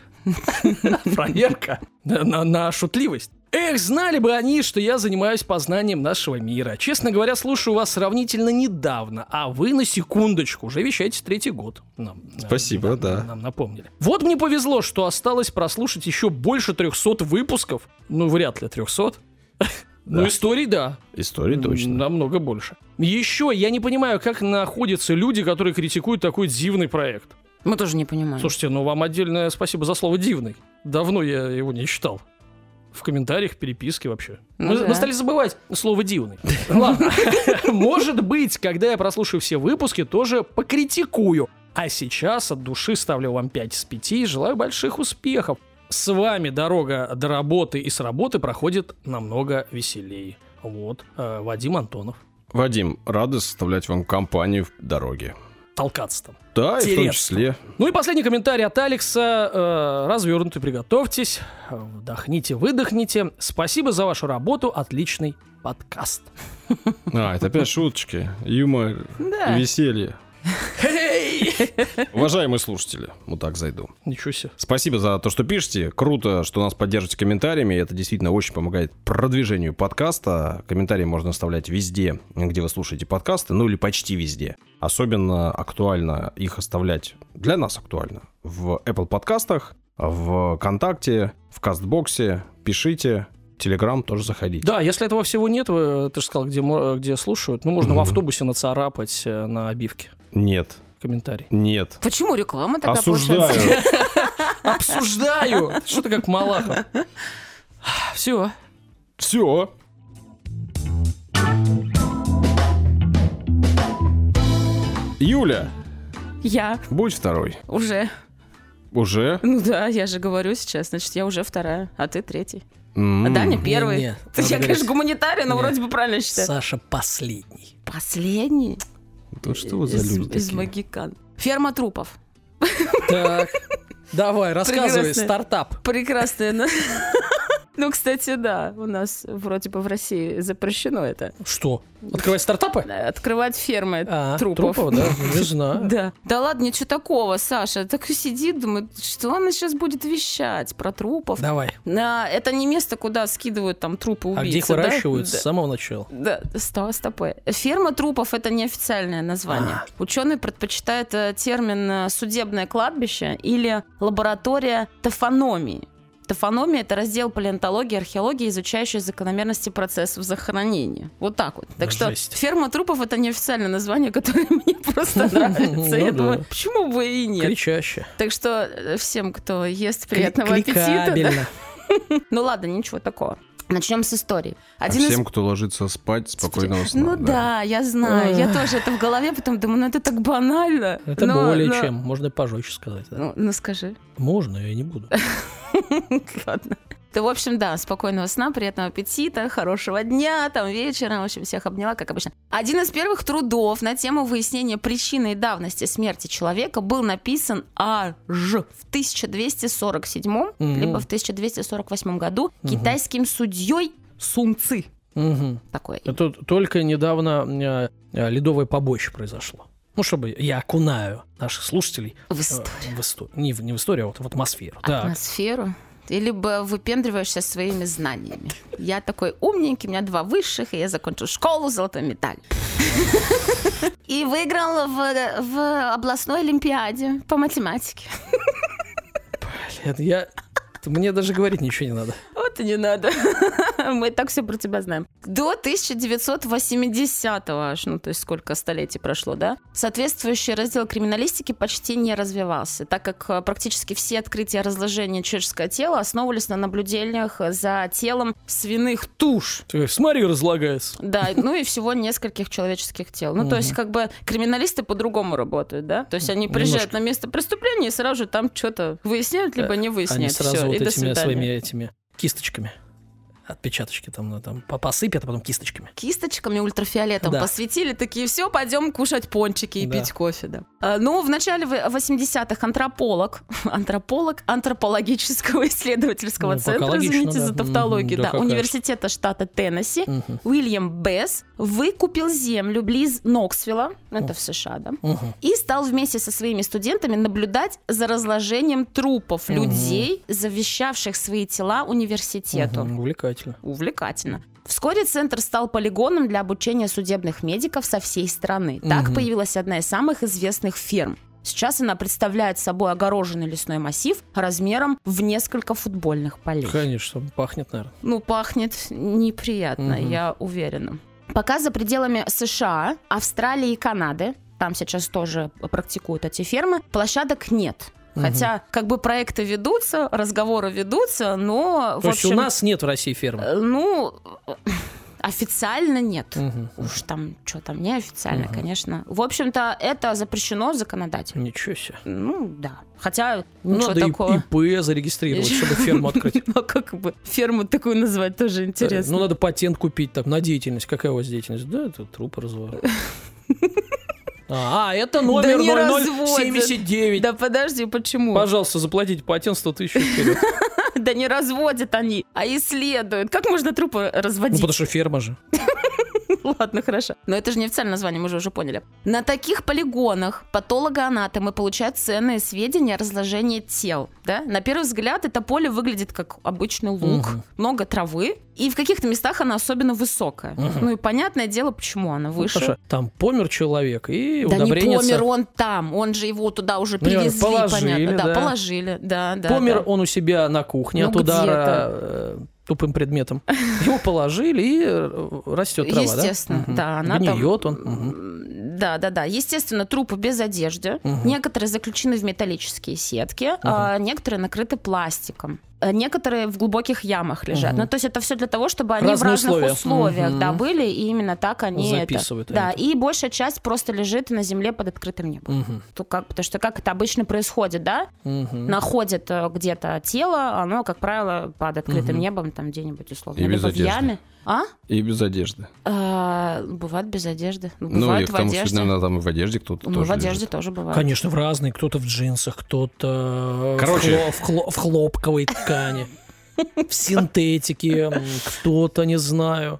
Speaker 2: Проверка на, на- на шутливость. Эх, знали бы они, что я занимаюсь познанием нашего мира. Честно говоря, слушаю вас сравнительно недавно, а вы на секундочку уже вещаете третий год. Нам,
Speaker 1: Спасибо,
Speaker 2: э,
Speaker 1: да.
Speaker 2: Нам напомнили. Вот мне повезло, что осталось прослушать еще больше трехсот выпусков. Ну, вряд ли трехсот. Ну,
Speaker 1: Да.
Speaker 2: историй, да.
Speaker 1: Истории точно.
Speaker 2: Намного больше. Еще я не понимаю, как находятся люди, которые критикуют такой дивный проект.
Speaker 3: Мы тоже не понимаем.
Speaker 2: Слушайте, ну вам отдельное спасибо за слово «дивный». Давно я его не читал. В комментариях, в переписке вообще.
Speaker 3: Ну
Speaker 2: мы,
Speaker 3: да.
Speaker 2: мы стали забывать слово «дивный». Ладно. Может быть, когда я прослушаю все выпуски, тоже покритикую. А сейчас от души ставлю вам пять из пяти и желаю больших успехов. С вами дорога до работы и с работы проходит намного веселее. Вот, э, Вадим Антонов.
Speaker 1: Вадим, рады составлять вам компанию в дороге.
Speaker 2: Толкаться там.
Speaker 1: Да, и в том
Speaker 2: Интересно.
Speaker 1: числе.
Speaker 2: Ну и последний комментарий от Алекса. Э, развернутый, приготовьтесь. Вдохните, выдохните. Спасибо за вашу работу. Отличный подкаст.
Speaker 1: А, это опять шуточки, юмор,
Speaker 3: Да.
Speaker 1: веселье.
Speaker 2: Эй!
Speaker 1: Уважаемые слушатели, вот так зайду.
Speaker 2: Ничего себе.
Speaker 1: Спасибо за то, что пишете. Круто, что нас поддержите комментариями. Это действительно очень помогает продвижению подкаста. Комментарии можно оставлять везде, где вы слушаете подкасты, ну или почти везде. Особенно актуально их оставлять, для нас актуально, в Apple подкастах, в ВКонтакте, в Кастбоксе. Пишите. Телеграм тоже заходите.
Speaker 2: Да, если этого всего нет, вы, ты же сказал, где, мо- где слушают, ну, можно в
Speaker 1: Мгм.
Speaker 2: автобусе нацарапать э, на обивке
Speaker 1: Нет,
Speaker 2: комментарий.
Speaker 1: нет.
Speaker 3: Почему реклама такая
Speaker 1: Осуждаю.
Speaker 3: получается?
Speaker 2: Обсуждаю! Что ты как Малахов? Все.
Speaker 1: Все. Юля,
Speaker 3: Я
Speaker 1: будь второй.
Speaker 3: уже.
Speaker 1: Уже?
Speaker 3: Ну да, я же говорю сейчас, значит, я уже вторая, а ты третий.
Speaker 1: М.
Speaker 3: А Даня первый.
Speaker 2: Не-не,
Speaker 3: Ты,
Speaker 2: надо
Speaker 3: я, конечно,
Speaker 2: говорить-
Speaker 3: гуманитарий, но
Speaker 2: Не.
Speaker 3: вроде бы правильно считаю.
Speaker 2: Саша последний.
Speaker 3: Последний
Speaker 1: Да что вы за
Speaker 3: из,
Speaker 1: люди
Speaker 3: из
Speaker 1: такие?
Speaker 3: Магикан. Ферма трупов.
Speaker 2: Так, давай, рассказывай,
Speaker 3: Прекрасная.
Speaker 2: стартап.
Speaker 3: Прекрасное, на- Ну, кстати, да, у нас вроде бы в России запрещено это.
Speaker 2: Что? Открывать стартапы?
Speaker 3: Открывать фермы
Speaker 2: а,
Speaker 3: трупов.
Speaker 2: Трупов, да? Не знаю.
Speaker 3: Да. Да ладно, ничего такого, Саша. Так сидит, думает, что она сейчас будет вещать про трупов.
Speaker 2: Давай.
Speaker 3: Это не место, куда скидывают там трупы убийцы.
Speaker 2: А где их выращивают с самого начала?
Speaker 3: Да, стопэ. Ферма трупов — это неофициальное название. Ученые предпочитают термин «судебное кладбище» или «лаборатория тофономии». Тофономия — это раздел палеонтологии и археологии, изучающий закономерности процессов захоронения. Вот так вот. Так
Speaker 2: Жесть.
Speaker 3: что ферма трупов — это неофициальное название, которое мне просто нравится. Я думаю, почему бы и нет?
Speaker 2: Кричаще.
Speaker 3: Так что всем, кто ест, приятного аппетита. Ну ладно, ничего такого. Начнем с истории.
Speaker 1: Один а всем, из... кто ложится спать, спокойного сна.
Speaker 3: Ну да, да я знаю. Я тоже это в голове, потом думаю, ну это так банально.
Speaker 2: Это
Speaker 3: но,
Speaker 2: более
Speaker 3: но...
Speaker 2: чем. Можно пожестче сказать. Да?
Speaker 3: Ну, ну скажи.
Speaker 2: Можно, я не буду.
Speaker 3: Ладно. То, в общем, да, спокойного сна, приятного аппетита, хорошего дня, там, вечера. В общем, всех обняла, как обычно. Один из первых трудов на тему выяснения причины и давности смерти человека был написан аж в тысяча двести сорок седьмом, mm-hmm. либо в тысяча двести сорок восьмом году mm-hmm. китайским судьей Сун Ци.
Speaker 2: Mm-hmm.
Speaker 3: Такой.
Speaker 2: Это только недавно э, ледовое побоище произошло. Ну, чтобы я окунаю наших слушателей
Speaker 3: в историю.
Speaker 2: Э, в историю. Не, в, не в историю, а вот в атмосферу.
Speaker 3: Атмосферу? Так. Ты либо выпендриваешься своими знаниями. Я такой умненький, у меня два высших, и я закончил школу в золотом медале. И выиграл в, в областной олимпиаде по математике.
Speaker 2: Блин, я... Мне даже говорить ничего не надо.
Speaker 3: Вот и не надо. Мы так все про тебя знаем. До тысяча девятьсот восьмидесятого аж, ну то есть сколько столетий прошло, да? Соответствующий раздел криминалистики почти не развивался, так как практически все открытия разложения человеческого тела основывались на наблюдениях за телом свиных туш.
Speaker 2: Ты смотри, разлагается.
Speaker 3: Да, ну и всего нескольких человеческих тел. Ну то есть как бы криминалисты по-другому работают, да? То есть они приезжают на место преступления и сразу же там что-то выясняют, либо не выясняют. Все.
Speaker 2: Вот этими своими этими кисточками. Отпечаточки там, ну, там посыпят, а потом кисточками.
Speaker 3: Кисточками ультрафиолетом да. посветили, такие, все, пойдем кушать пончики и да. пить кофе, да. А, ну, в начале восьмидесятых антрополог, антрополог антропологического исследовательского ну, центра, извините да. за тавтологию, угу, да, да университета штата Теннесси, угу. Уильям Бесс выкупил землю близ Ноксвилла, это угу. в США, да, угу. и стал вместе со своими студентами наблюдать за разложением трупов угу. людей, завещавших свои тела университету.
Speaker 2: Угу. Увлекательно.
Speaker 3: Увлекательно. Вскоре центр стал полигоном для обучения судебных медиков со всей страны. Так угу. появилась одна из самых известных ферм. Сейчас она представляет собой огороженный лесной массив размером в несколько футбольных полей.
Speaker 2: Конечно, пахнет, наверное.
Speaker 3: Ну, пахнет неприятно, угу. я уверена. Пока за пределами США, Австралии и Канады, там сейчас тоже практикуют эти фермы, площадок нет. Хотя, угу. как бы проекты ведутся, разговоры ведутся, но...
Speaker 2: То в общем, есть у нас нет в России фермы?
Speaker 3: Ну, официально нет.
Speaker 2: Угу.
Speaker 3: Уж там, что там, неофициально,
Speaker 2: угу. конечно.
Speaker 3: В общем-то, это запрещено законодательно.
Speaker 2: Ничего себе.
Speaker 3: Ну, да. Хотя,
Speaker 2: ну,
Speaker 3: ничего
Speaker 2: надо
Speaker 3: такого...
Speaker 2: ИП зарегистрировать, чтобы ферму открыть.
Speaker 3: Ну, как бы ферму такую назвать тоже интересно.
Speaker 2: Ну, надо патент купить так на деятельность. Какая у вас деятельность? Да, это трупы разворот. А, это номер да ноль ноль семьдесят девять.
Speaker 3: Да подожди, почему?
Speaker 2: Пожалуйста, заплатите патент сто тысяч вперед.
Speaker 3: Да не разводят они, а исследуют. Как можно трупы разводить?
Speaker 2: Ну, потому что ферма же.
Speaker 3: Ладно, хорошо. Но это же не официальное название, мы же уже поняли. На таких полигонах патологоанатомы получают ценные сведения о разложении тел. Да? На первый взгляд это поле выглядит как обычный луг, угу. много травы, и в каких-то местах она особенно высокая. Угу. Ну и понятное дело, почему она выше.
Speaker 2: Ну, там помер человек, и
Speaker 3: да
Speaker 2: удобрение...
Speaker 3: Да не помер он там, он же его туда уже
Speaker 2: ну,
Speaker 3: привезли,
Speaker 2: положили,
Speaker 3: понятно.
Speaker 2: Да,
Speaker 3: да, положили, да, да.
Speaker 2: Помер
Speaker 3: да.
Speaker 2: он у себя на кухне ну, от удара э, тупым предметом. Его положили, и растет трава, да?
Speaker 3: Естественно,
Speaker 2: угу.
Speaker 3: да. Она
Speaker 2: гниет
Speaker 3: там...
Speaker 2: он. Угу.
Speaker 3: Да, да, да. Естественно, трупы без одежды. Угу. Некоторые заключены в металлические сетки, угу. а некоторые накрыты пластиком. Некоторые в глубоких ямах лежат. Угу. Ну, то есть это все для того, чтобы они
Speaker 2: разные
Speaker 3: в разных
Speaker 2: условия.
Speaker 3: условиях
Speaker 2: угу.
Speaker 3: да, были, и именно так они
Speaker 2: записывают.
Speaker 3: Это. Да, и большая часть просто лежит на земле под открытым небом.
Speaker 2: Угу.
Speaker 3: То как, потому что как это обычно происходит, да?
Speaker 2: Угу.
Speaker 3: Находят где-то тело, оно, как правило, под открытым угу. небом, там где-нибудь условно.
Speaker 1: И без
Speaker 3: либо
Speaker 1: одежды.
Speaker 3: в яме. А?
Speaker 1: И без одежды.
Speaker 3: А, бывает без одежды.
Speaker 1: Ну,
Speaker 3: бывает
Speaker 1: я
Speaker 3: в
Speaker 1: тому,
Speaker 3: одежде.
Speaker 1: что, наверное, там и в одежде кто-то
Speaker 3: ну,
Speaker 1: тоже
Speaker 3: в одежде
Speaker 1: лежит.
Speaker 3: тоже бывает.
Speaker 2: Конечно, в разные. Кто-то в джинсах, кто-то
Speaker 1: Короче.
Speaker 2: в, хло- в, хло- в хлопковой ткани. в синтетике, кто-то, не знаю,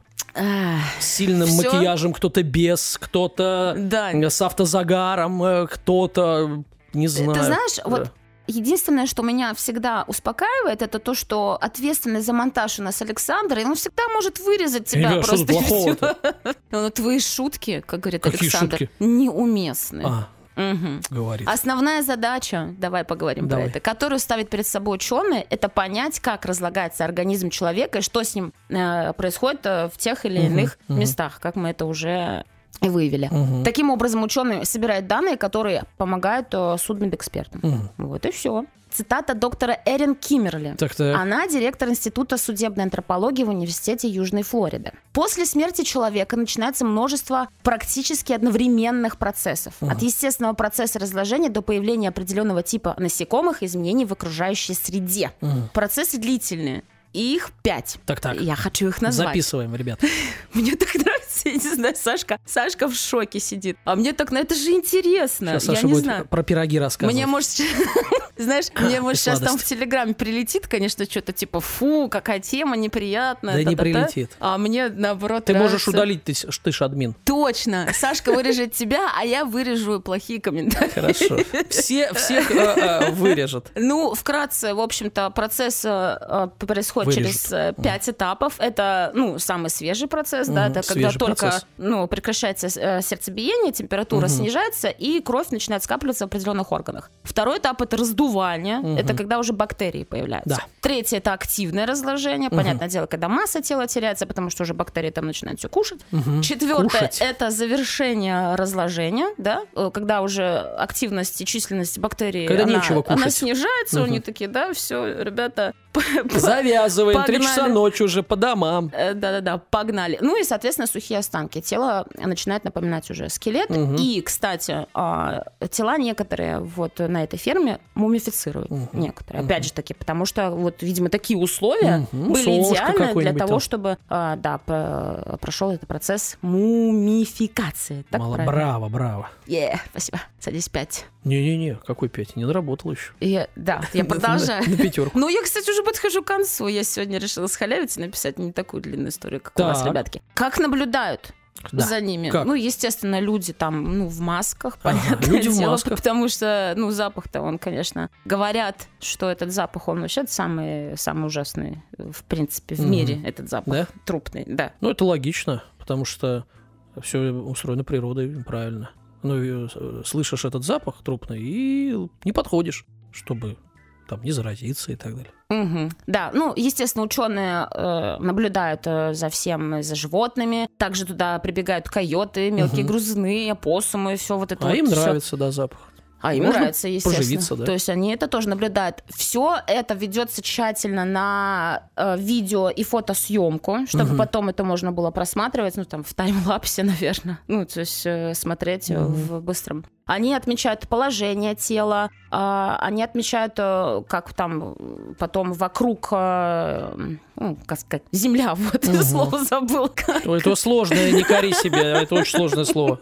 Speaker 2: с сильным Всё? макияжем, кто-то без, кто-то да. с автозагаром, кто-то, не знаю.
Speaker 3: Ты знаешь, вот единственное, что меня всегда успокаивает, это то, что ответственность за монтаж у нас Александр, и он всегда может вырезать тебя
Speaker 2: Я,
Speaker 3: просто.
Speaker 2: Что плохого-то?
Speaker 3: Но твои шутки, как говорит
Speaker 2: Какие
Speaker 3: Александр,
Speaker 2: шутки?
Speaker 3: неуместны.
Speaker 2: А.
Speaker 3: Угу.
Speaker 2: Говорит.
Speaker 3: Основная задача, давай поговорим
Speaker 2: давай.
Speaker 3: про это, которую ставят перед собой ученые, это понять, как разлагается организм человека и что с ним э, происходит э, в тех или иных угу, местах, как мы это уже выявили. Угу. Таким образом, ученые собирают данные, которые помогают э, судмедэкспертам. Угу. Вот и все. Цитата доктора Эрин Киммерли.
Speaker 2: Так-так.
Speaker 3: Она директор Института судебной антропологии в Университете Южной Флориды. После смерти человека начинается множество практически одновременных процессов. Uh-huh. От естественного процесса разложения до появления определенного типа насекомых, изменений в окружающей среде. Uh-huh. Процессы длительные. И их пять.
Speaker 2: Так-так.
Speaker 3: Я хочу их назвать.
Speaker 2: Записываем, ребят.
Speaker 3: Мне так нравится, я не знаю, Сашка, Сашка в шоке сидит. А мне так, ну это же интересно.
Speaker 2: Сейчас
Speaker 3: я
Speaker 2: Саша
Speaker 3: не
Speaker 2: будет
Speaker 3: знаю.
Speaker 2: про пироги рассказывать.
Speaker 3: Мне, может, знаешь, мне, может, сейчас там в Телеграме прилетит, конечно, что-то типа, фу, какая тема неприятная.
Speaker 2: Да не прилетит.
Speaker 3: А мне, наоборот,
Speaker 2: Ты можешь удалить, ты ж админ.
Speaker 3: Точно. Сашка вырежет тебя, а я вырежу плохие комментарии.
Speaker 2: Хорошо. Все, всех вырежет.
Speaker 3: Ну, вкратце, в общем-то, процесс происходит через пять этапов. Это, ну, самый свежий процесс, да, это когда только, ну, прекращается сердцебиение, температура снижается, и кровь начинает скапливаться в определенных органах. Второй этап — это раздувание, угу. это когда уже бактерии появляются.
Speaker 2: Да.
Speaker 3: Третье — это активное разложение, угу. понятное дело, когда масса тела теряется, потому что уже бактерии там начинают все кушать.
Speaker 2: Угу.
Speaker 3: Четвертое — это завершение разложения, да, когда уже активность и численность бактерий,
Speaker 2: когда
Speaker 3: она,
Speaker 2: нечего кушать.
Speaker 3: она снижается, угу. они такие, да, все, ребята,
Speaker 2: завязываем, три часа ночи уже по домам.
Speaker 3: Да-да-да, погнали. Ну и, соответственно, сухие останки. Тело начинает напоминать уже скелет. Угу. И, кстати, тела некоторые вот на этой ферме мумифицируют. Угу. Некоторые. Угу. Опять же таки, потому что, вот, видимо, такие условия угу. были
Speaker 2: Солнышко
Speaker 3: идеальны для того,
Speaker 2: там.
Speaker 3: чтобы, да, прошел этот процесс мумификации. Так
Speaker 2: Мало,
Speaker 3: правильно?
Speaker 2: браво, браво.
Speaker 3: Yeah, спасибо. Садись, пять.
Speaker 2: Не-не-не, какой пять? Не наработал еще.
Speaker 3: Я, да, я продолжаю.
Speaker 2: На пятерку.
Speaker 3: Ну, я, кстати, уже подхожу к концу. Я сегодня решила схалявить и написать не такую длинную историю, как у вас, ребятки. Как наблюдают
Speaker 2: да.
Speaker 3: за ними?
Speaker 2: Как?
Speaker 3: Ну, естественно, люди там, ну, в масках, понятно.
Speaker 2: Ага, люди в масках.
Speaker 3: Потому что, ну, запах-то он, конечно, говорят, что этот запах, он вообще самый, самый ужасный, в принципе, в угу. мире, этот запах.
Speaker 2: Да?
Speaker 3: Трупный, да.
Speaker 2: Ну, это логично, потому что все устроено природой правильно. Ну, слышишь этот запах трупный и не подходишь, чтобы там не заразиться и так далее.
Speaker 3: Угу. Да, ну, естественно, ученые э, наблюдают э, за всем, за животными. Также туда прибегают койоты, мелкие угу. грызуны, опоссумы, все вот это.
Speaker 2: А
Speaker 3: вот
Speaker 2: им
Speaker 3: всё.
Speaker 2: нравится, да, запах.
Speaker 3: А им
Speaker 2: Можно
Speaker 3: нравится, естественно.
Speaker 2: поживиться, да.
Speaker 3: То есть они это тоже наблюдают. Все это ведется тщательно на э, видео и фотосъемку, чтобы угу. потом это можно было просматривать, ну, там, в таймлапсе, наверное. Ну, то есть э, смотреть угу. в быстром. Они отмечают положение тела, э, они отмечают, э, как там потом вокруг, э, ну, как сказать, земля, вот, угу. слово забыла.
Speaker 2: Это сложное, не кори себя, это очень сложное слово.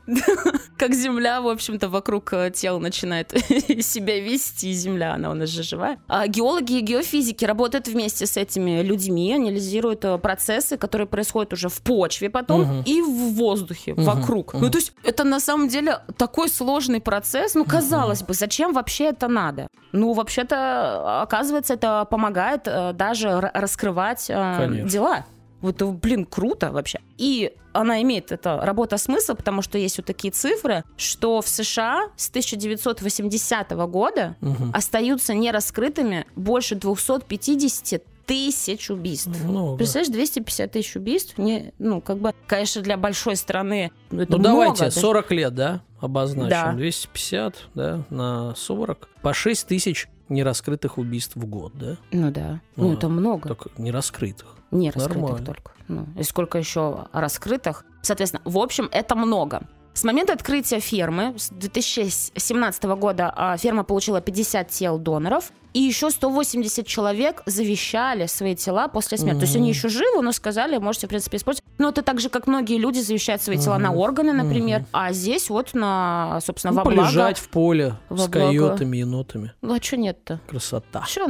Speaker 3: Как земля, в общем-то, вокруг тела начинает себя вести. Земля, она у нас же живая. А геологи и геофизики работают вместе с этими людьми, анализируют процессы, которые происходят уже в почве потом угу. и в воздухе угу. вокруг. Угу. Ну, то есть это на самом деле такой сложный процесс. Ну, казалось угу. бы, зачем вообще это надо? Ну, вообще-то, оказывается, это помогает даже раскрывать Конечно. дела. Вот, блин, круто вообще. И она имеет, эта работа, смысл, потому что есть вот такие цифры, что в США с тысяча девятьсот восьмидесятого года угу. остаются нераскрытыми больше двести пятьдесят тысяч убийств.
Speaker 2: Много.
Speaker 3: Представляешь, двести пятьдесят тысяч убийств, не, ну, как бы, конечно, для большой страны это
Speaker 2: ну,
Speaker 3: много.
Speaker 2: давайте,
Speaker 3: даже.
Speaker 2: сорок лет, да, обозначим.
Speaker 3: Да.
Speaker 2: двести пятьдесят, да, на сорок. По шесть тысяч нераскрытых убийств в год, да?
Speaker 3: Ну да, ну, ну это много.
Speaker 2: Так, нераскрытых.
Speaker 3: Не раскрытых
Speaker 2: Нормально.
Speaker 3: только. Ну, и сколько еще раскрытых. Соответственно, в общем, это много. С момента открытия фермы с две тысячи семнадцатого года ферма получила пятьдесят тел доноров, и еще сто восемьдесят человек завещали свои тела после смерти. Mm-hmm. То есть они еще живы, но сказали, можете, в принципе, использовать. Но это так же, как многие люди завещают свои тела mm-hmm. на органы, например. Mm-hmm. А здесь вот на, собственно,
Speaker 2: ну,
Speaker 3: во благо...
Speaker 2: полежать в поле
Speaker 3: во
Speaker 2: с койотами, енотами.
Speaker 3: Ну, а что нет-то?
Speaker 2: Красота.
Speaker 3: Что она?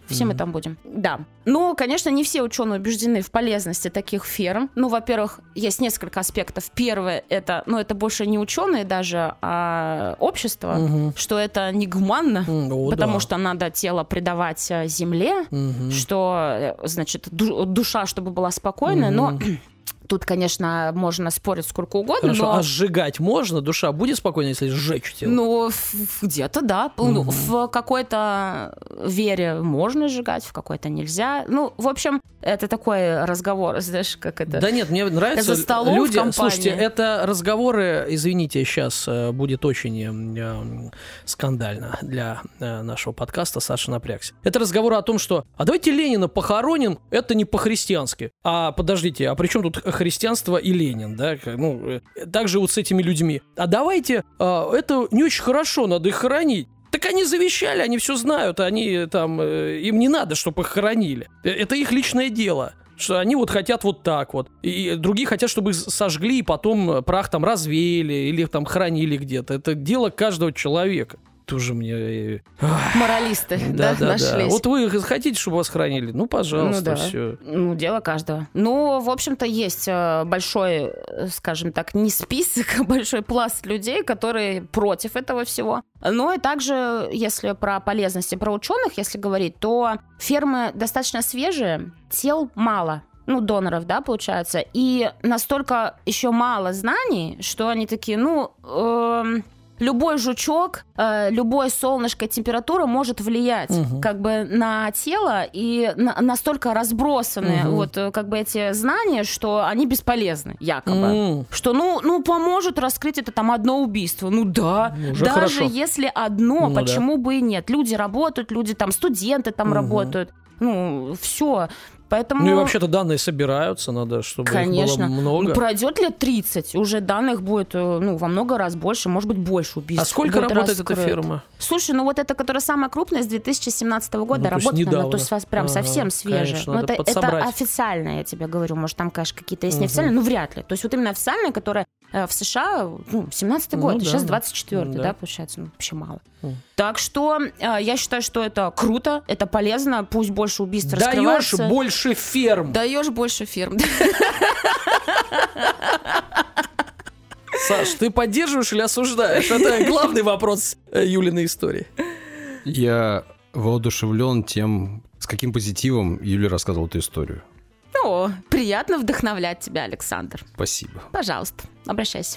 Speaker 3: Все mm-hmm. мы там будем. Да. Но, конечно, не все ученые убеждены в полезности таких ферм. Ну, во-первых, есть несколько аспектов. Первое, это, ну, это больше не ученые даже, а общество, mm-hmm. что это негуманно, mm-hmm. потому да. что надо тело предавать земле, mm-hmm. что, значит, душа, чтобы была спокойная, mm-hmm. но... Тут, конечно, можно спорить сколько угодно.
Speaker 2: Хорошо,
Speaker 3: но...
Speaker 2: а сжигать можно? Душа будет спокойна, если сжечь тело?
Speaker 3: Ну, где-то да. Угу. В какой-то вере можно сжигать, в какой-то нельзя. Ну, в общем, это такой разговор, знаешь, как это...
Speaker 2: Да нет, мне нравится...
Speaker 3: За столом
Speaker 2: люди...
Speaker 3: в компании.
Speaker 2: Слушайте, это разговоры, извините, сейчас будет очень э, скандально для э, нашего подкаста, Саша напрягся. Это разговор о том, что, а давайте Ленина похороним, это не по-христиански. А подождите, а при чем тут христианство и Ленин, да? Ну, так же вот с этими людьми. А давайте, э, это не очень хорошо, надо их хоронить. Так они завещали, они все знают, они там, э, им не надо, чтобы их хоронили. Это их личное дело. Что они вот хотят вот так вот. И другие хотят, чтобы их сожгли, и потом прах там развеяли или там хранили где-то. Это дело каждого человека. Тоже мне...
Speaker 3: Моралисты, да, да, нашлись. Да.
Speaker 2: Вот вы хотите, чтобы вас хранили? Ну, пожалуйста,
Speaker 3: ну, да.
Speaker 2: все.
Speaker 3: Ну, дело каждого. Ну, в общем-то, есть большой, скажем так, не список, а большой пласт людей, которые против этого всего. Ну, и также, если про полезности, про ученых, если говорить, то фермы достаточно свежие, тел мало. Ну, доноров, да, получается. И настолько еще мало знаний, что они такие, ну... Э- Любой жучок, э, любое солнышко, температура может влиять угу. как бы на тело, и на, настолько разбросаны угу. вот как бы эти знания, что они бесполезны, якобы. Угу. Что, ну, ну, поможет раскрыть это там одно убийство. Ну да, уже даже хорошо. Если одно, ну, почему да. бы и нет? Люди работают, люди там, студенты там угу. работают. Ну, все. Поэтому...
Speaker 2: Ну и вообще-то данные собираются, надо, чтобы
Speaker 3: Конечно.
Speaker 2: их было много.
Speaker 3: Ну, пройдет лет тридцать, уже данных будет ну, во много раз больше, может быть, больше убийств.
Speaker 2: А сколько работает раскрыт. Эта фирма?
Speaker 3: Слушай, ну вот эта, которая самая крупная, с две тысячи семнадцатого года ну, работает, то, она, то есть прям ага, совсем свежая. Но это, это официально, я тебе говорю, может, там, конечно, какие-то есть угу. неофициальные, но вряд ли. То есть вот именно официальная, которая в США, ну, семнадцатый год, ну, да. сейчас двадцать четвёртый, да. да, получается, ну, вообще мало. Mm. Так что я считаю, что это круто, это полезно, пусть больше убийств
Speaker 2: Даешь
Speaker 3: раскрывается.
Speaker 2: Даешь больше ферм.
Speaker 3: Даешь больше ферм.
Speaker 2: Саш, ты поддерживаешь или осуждаешь? Это главный вопрос Юлиной истории.
Speaker 1: Я воодушевлен тем, с каким позитивом Юля рассказывала эту историю.
Speaker 3: Ну, приятно вдохновлять тебя, Александр.
Speaker 1: Спасибо.
Speaker 3: Пожалуйста, обращайся.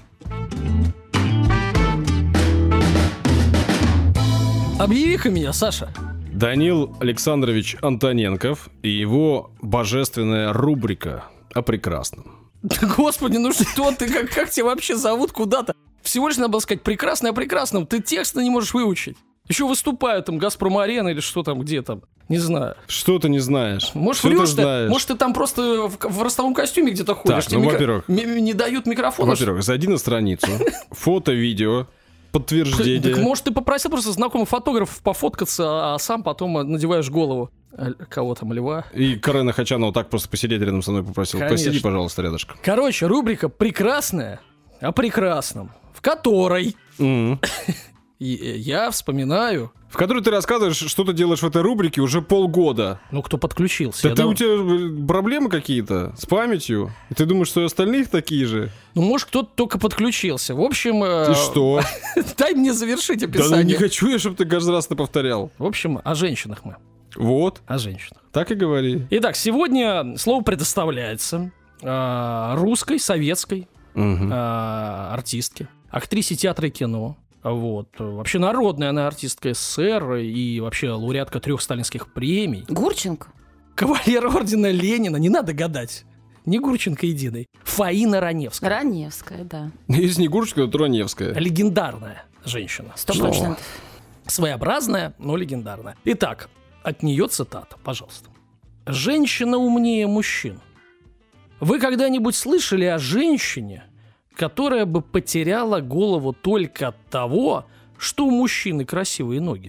Speaker 2: Объяви-ка меня, Саша.
Speaker 1: Данил Александрович Антоненков и его божественная рубрика о прекрасном.
Speaker 2: Господи, ну что ты, как, как тебя вообще зовут куда-то? Всего лишь надо было сказать прекрасное о прекрасном. Ты текста не можешь выучить. Еще выступают там Газпром-арена или что там, где там. Не знаю.
Speaker 1: Что ты не знаешь?
Speaker 2: Может, врешь ты? Может, ты там просто в, в ростовом костюме где-то ходишь?
Speaker 1: Так, ну,
Speaker 2: микро...
Speaker 1: во-первых...
Speaker 2: М- не дают микрофона?
Speaker 1: Во-первых, зайди на страницу. Фото, видео, подтверждение.
Speaker 2: Так, может, ты попросил просто знакомых фотографов пофоткаться, а сам потом надеваешь голову. Кого там, льва?
Speaker 1: И Карена Хачанова так просто посидеть рядом со мной попросил. Конечно. Посиди, пожалуйста, рядышком.
Speaker 2: Короче, рубрика «Прекрасная о прекрасном», в которой... Mm-hmm. И я вспоминаю...
Speaker 1: В которой ты рассказываешь, что ты делаешь в этой рубрике уже полгода.
Speaker 2: Ну, кто подключился.
Speaker 1: Да ты, дав... у тебя проблемы какие-то с памятью? И ты думаешь, что и остальных такие же?
Speaker 2: Ну, может, кто-то только подключился. В общем...
Speaker 1: И что?
Speaker 2: Дай мне завершить описание.
Speaker 1: Да ну не хочу я, чтобы ты каждый раз это повторял.
Speaker 2: В общем, о женщинах мы.
Speaker 1: Вот.
Speaker 2: О женщинах.
Speaker 1: Так и говори.
Speaker 2: Итак, сегодня слово предоставляется э, русской, советской угу. э, артистке, актрисе театра и кино. Вот. Вообще народная она артистка СССР и вообще лауреатка трех сталинских премий.
Speaker 3: Гурченко?
Speaker 2: Кавалер ордена Ленина, не надо гадать. Не Гурченко единый. Фаина Раневская.
Speaker 3: Раневская, да.
Speaker 1: Если не Гурченко, то Раневская.
Speaker 2: Легендарная женщина.
Speaker 3: Сто процентов.
Speaker 2: Своеобразная, но легендарная. Итак, от нее цитата, пожалуйста. «Женщина умнее мужчин. Вы когда-нибудь слышали о женщине, которая бы потеряла голову только от того, что у мужчины красивые ноги?»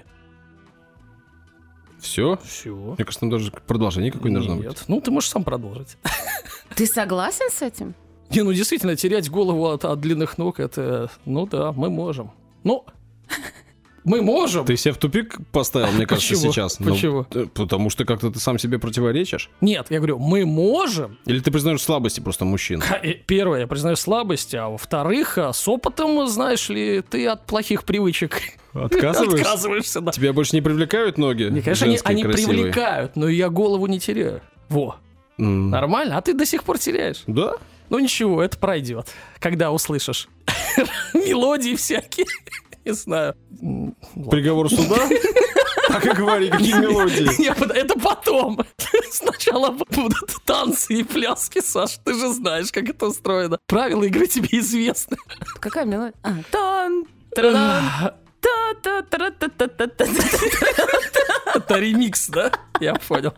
Speaker 1: Все?
Speaker 2: Все.
Speaker 1: Мне кажется, там даже продолжение какое должно быть.
Speaker 2: Нет, ну ты можешь сам продолжить.
Speaker 3: Ты согласен с этим?
Speaker 2: Не, ну действительно, терять голову от, от длинных ног, это, ну да, мы можем. Ну, Мы можем.
Speaker 1: Ты себя в тупик поставил, мне кажется,
Speaker 2: Почему?
Speaker 1: сейчас.
Speaker 2: Почему?
Speaker 1: Ну, потому что как-то ты сам себе противоречишь.
Speaker 2: Нет, я говорю, мы можем.
Speaker 1: Или ты признаешь слабости просто мужчин?
Speaker 2: Первое, я признаю слабости, а во-вторых, с опытом, знаешь ли, ты от плохих привычек
Speaker 1: Отказываешься?
Speaker 2: Отказываешься, да.
Speaker 1: Тебя больше не привлекают ноги?
Speaker 2: Не, конечно, они, они
Speaker 1: красивые?
Speaker 2: привлекают, но я голову не теряю. Во. Mm. Нормально? А ты до сих пор теряешь?
Speaker 1: Да.
Speaker 2: Ну ничего, это пройдет, когда услышишь мелодии всякие. Не знаю.
Speaker 1: Приговор суда? Так и говори, какие мелодии?
Speaker 2: Нет, это потом. Сначала будут танцы и пляски, Саш. Ты же знаешь, как это устроено. Правила игры тебе известны.
Speaker 3: Какая мелодия? А, тан, тра-дан, та-та-та-та-та-та-та.
Speaker 2: Это ремикс, да? Я понял.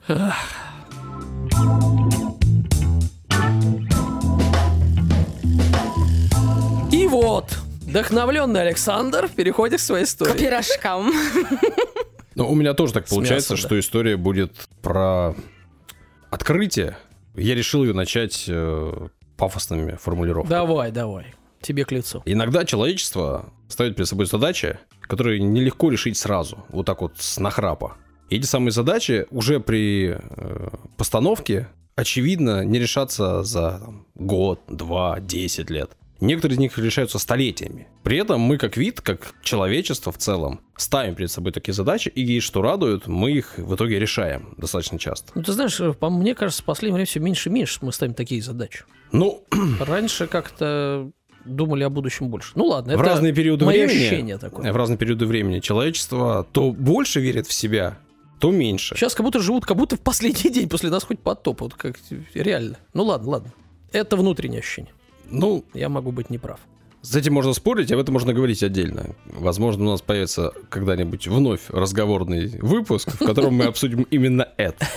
Speaker 2: И вот, вдохновленный Александр переходит к своей истории.
Speaker 3: К пирожкам.
Speaker 1: Ну, у меня тоже так получается,
Speaker 2: мясом,
Speaker 1: что
Speaker 2: да.
Speaker 1: история будет про открытие. Я решил ее начать э, пафосными формулировками.
Speaker 2: Давай, давай. Тебе к лицу.
Speaker 1: Иногда человечество ставит перед собой задачи, которые нелегко решить сразу, вот так вот с нахрапа. И эти самые задачи уже при э, постановке, очевидно, не решатся за там, год, два, десять лет. Некоторые из них решаются столетиями. При этом мы как вид, как человечество в целом, ставим перед собой такие задачи, и, что радует, мы их в итоге решаем достаточно часто.
Speaker 2: Ну, ты знаешь, по мне кажется, в последнее время все меньше и меньше мы ставим такие задачи.
Speaker 1: Ну,
Speaker 2: раньше как-то думали о будущем больше. Ну ладно, это
Speaker 1: в разные периоды
Speaker 2: мое
Speaker 1: времени,
Speaker 2: ощущение такое.
Speaker 1: В разные периоды времени человечество то больше верит в себя, то меньше.
Speaker 2: Сейчас как будто живут, как будто в последний день после нас хоть потоп. Вот как реально. Ну ладно, ладно. Это внутреннее ощущение.
Speaker 1: Ну,
Speaker 2: я могу быть неправ.
Speaker 1: С этим можно спорить, об этом можно говорить отдельно. Возможно, у нас появится когда-нибудь вновь разговорный выпуск, в котором мы обсудим именно это.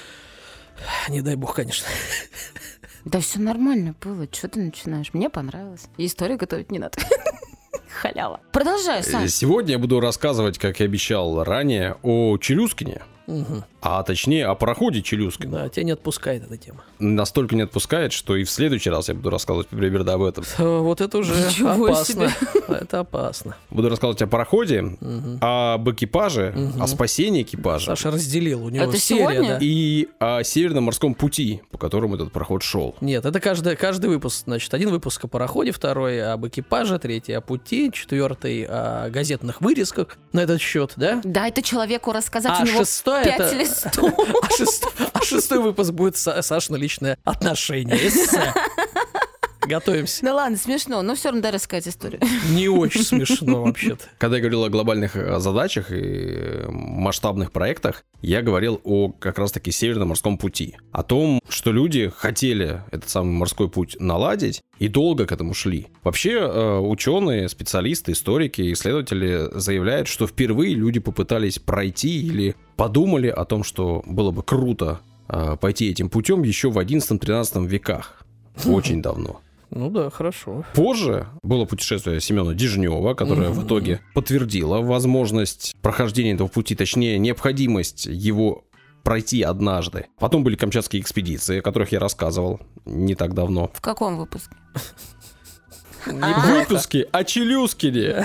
Speaker 2: Не дай бог, конечно.
Speaker 3: Да все нормально было. Что ты начинаешь? Мне понравилось. И историю готовить не надо. Халява. Продолжай, Саш.
Speaker 1: Сегодня я буду рассказывать, как и обещал ранее, о Челюскине.
Speaker 2: Угу.
Speaker 1: А точнее, о пароходе Челюскин.
Speaker 2: Да, тебя не отпускает эта тема.
Speaker 1: Настолько не отпускает, что и в следующий раз я буду рассказывать примерно об этом.
Speaker 2: Вот это уже
Speaker 3: Ничего
Speaker 2: опасно.
Speaker 3: себе.
Speaker 2: Это опасно.
Speaker 1: Буду рассказывать о пароходе,
Speaker 2: угу.
Speaker 1: об экипаже,
Speaker 2: угу.
Speaker 1: о спасении экипажа.
Speaker 2: Саша разделил, у него
Speaker 3: это
Speaker 2: серия,
Speaker 3: сегодня?
Speaker 2: да.
Speaker 1: И о Северном морском пути, по которому этот пароход шел.
Speaker 2: Нет, это каждый, каждый выпуск. Значит, один выпуск о пароходе, второй об экипаже, третий о пути, четвертый о газетных вырезках на этот счет, да?
Speaker 3: Дай это человеку рассказать,
Speaker 2: А
Speaker 3: у него
Speaker 2: шестой
Speaker 3: пять
Speaker 2: это-
Speaker 3: листов.
Speaker 2: А шестой, а шестой выпуск будет Са- Сашино личное отношение. Эссе. Готовимся.
Speaker 3: Ну ладно, смешно, но все равно дай рассказать историю.
Speaker 2: Не очень смешно вообще-то.
Speaker 1: Когда я говорил о глобальных э, задачах и э, масштабных проектах, я говорил о как раз-таки Северном морском пути. О том, что люди хотели этот самый морской путь наладить и долго к этому шли. Вообще, э, ученые, специалисты, историки, исследователи заявляют, что впервые люди попытались пройти или подумали о том, что было бы круто э, пойти этим путем еще в одиннадцатом-тринадцатом веках. Очень давно.
Speaker 2: Ну да, хорошо.
Speaker 1: Позже было путешествие Семена Дежнева, которое в итоге подтвердило возможность прохождения этого пути, точнее, необходимость его пройти однажды. Потом были камчатские экспедиции, о которых я рассказывал не так давно.
Speaker 3: В каком выпуске?
Speaker 1: Выпуски о Челюскине.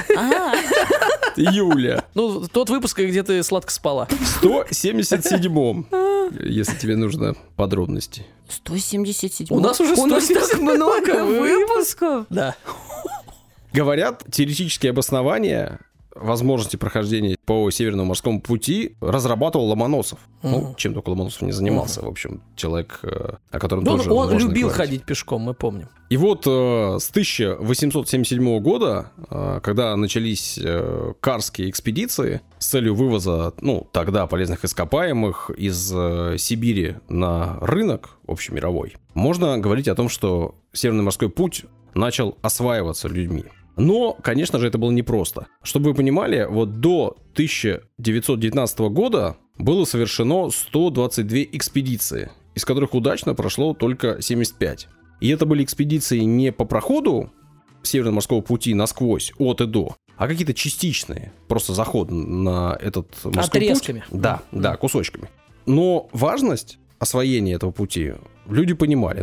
Speaker 1: Юля.
Speaker 2: Ну, тот выпуск, где ты сладко спала.
Speaker 1: В сто семьдесят седьмом, если тебе нужно подробности.
Speaker 3: сто семьдесят семь.
Speaker 2: У нас уже
Speaker 3: У нас
Speaker 2: сто семьдесят
Speaker 3: так много выпусков.
Speaker 2: Да.
Speaker 1: Говорят, теоретические обоснования возможности прохождения по Северному морскому пути разрабатывал Ломоносов. Uh-huh. Ну, чем только Ломоносов не занимался, uh-huh. в общем, человек, о котором
Speaker 2: ну,
Speaker 1: тоже
Speaker 2: он
Speaker 1: можно
Speaker 2: любил
Speaker 1: говорить.
Speaker 2: ходить пешком, мы помним.
Speaker 1: И вот э, с тысяча восемьсот семьдесят седьмого года, э, когда начались э, карские экспедиции с целью вывоза, ну, тогда полезных ископаемых из э, Сибири на рынок общемировой, можно говорить о том, что Северный морской путь начал осваиваться людьми. Но, конечно же, это было непросто. Чтобы вы понимали, вот до тысяча девятьсот девятнадцатого года было совершено сто двадцать две экспедиции, из которых удачно прошло только семьдесят пять. И это были экспедиции не по проходу Северного морского пути насквозь, от и до, а какие-то частичные, просто заход на этот морской
Speaker 2: Отрезками.
Speaker 1: путь. Да, да, кусочками. Но важность освоения этого пути люди понимали. Ну,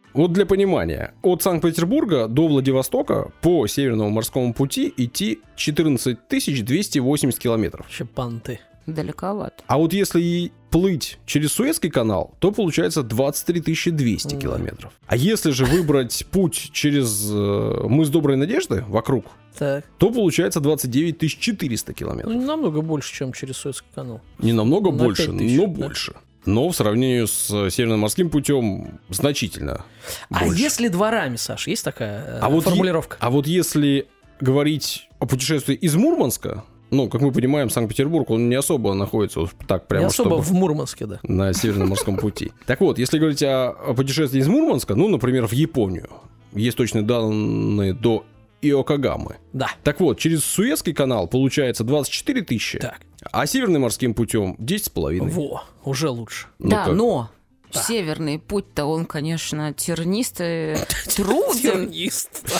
Speaker 1: Вот для понимания, от Санкт-Петербурга до Владивостока по Северному морскому пути идти четырнадцать тысяч двести восемьдесят километров.
Speaker 2: Вообще понты.
Speaker 3: Далековато.
Speaker 1: А вот если и плыть через Суэцкий канал, то получается двадцать три тысячи двести mm. километров. А если же выбрать путь через э, мыс Доброй Надежды вокруг,
Speaker 2: так.
Speaker 1: то получается двадцать девять тысяч четыреста километров.
Speaker 2: Ну, не намного больше, чем через Суэцкий канал.
Speaker 1: Не намного
Speaker 2: На
Speaker 1: больше,
Speaker 2: тысяч,
Speaker 1: но
Speaker 2: да?
Speaker 1: больше. Но в сравнении с Северным морским путем значительно
Speaker 2: а
Speaker 1: больше.
Speaker 2: Если дворами, Саш, есть такая
Speaker 1: а
Speaker 2: э, формулировка?
Speaker 1: Вот е- а вот если говорить о путешествии из Мурманска, ну, как мы понимаем, Санкт-Петербург, он не особо находится вот так прямо,
Speaker 2: не особо
Speaker 1: чтобы
Speaker 2: в Мурманске, да.
Speaker 1: На Северном морском пути. Так вот, если говорить о, о путешествии из Мурманска, ну, например, в Японию, есть точные данные до Иокогамы.
Speaker 2: Да.
Speaker 1: Так вот, через Суэцкий канал получается двадцать четыре тысячи,
Speaker 2: так.
Speaker 1: а Северным морским путем десять с половиной.
Speaker 2: Во, уже лучше.
Speaker 1: Ну,
Speaker 3: да,
Speaker 1: как?
Speaker 3: но
Speaker 2: Да.
Speaker 3: северный путь-то он, конечно, тернистый, труден.
Speaker 2: Тернист.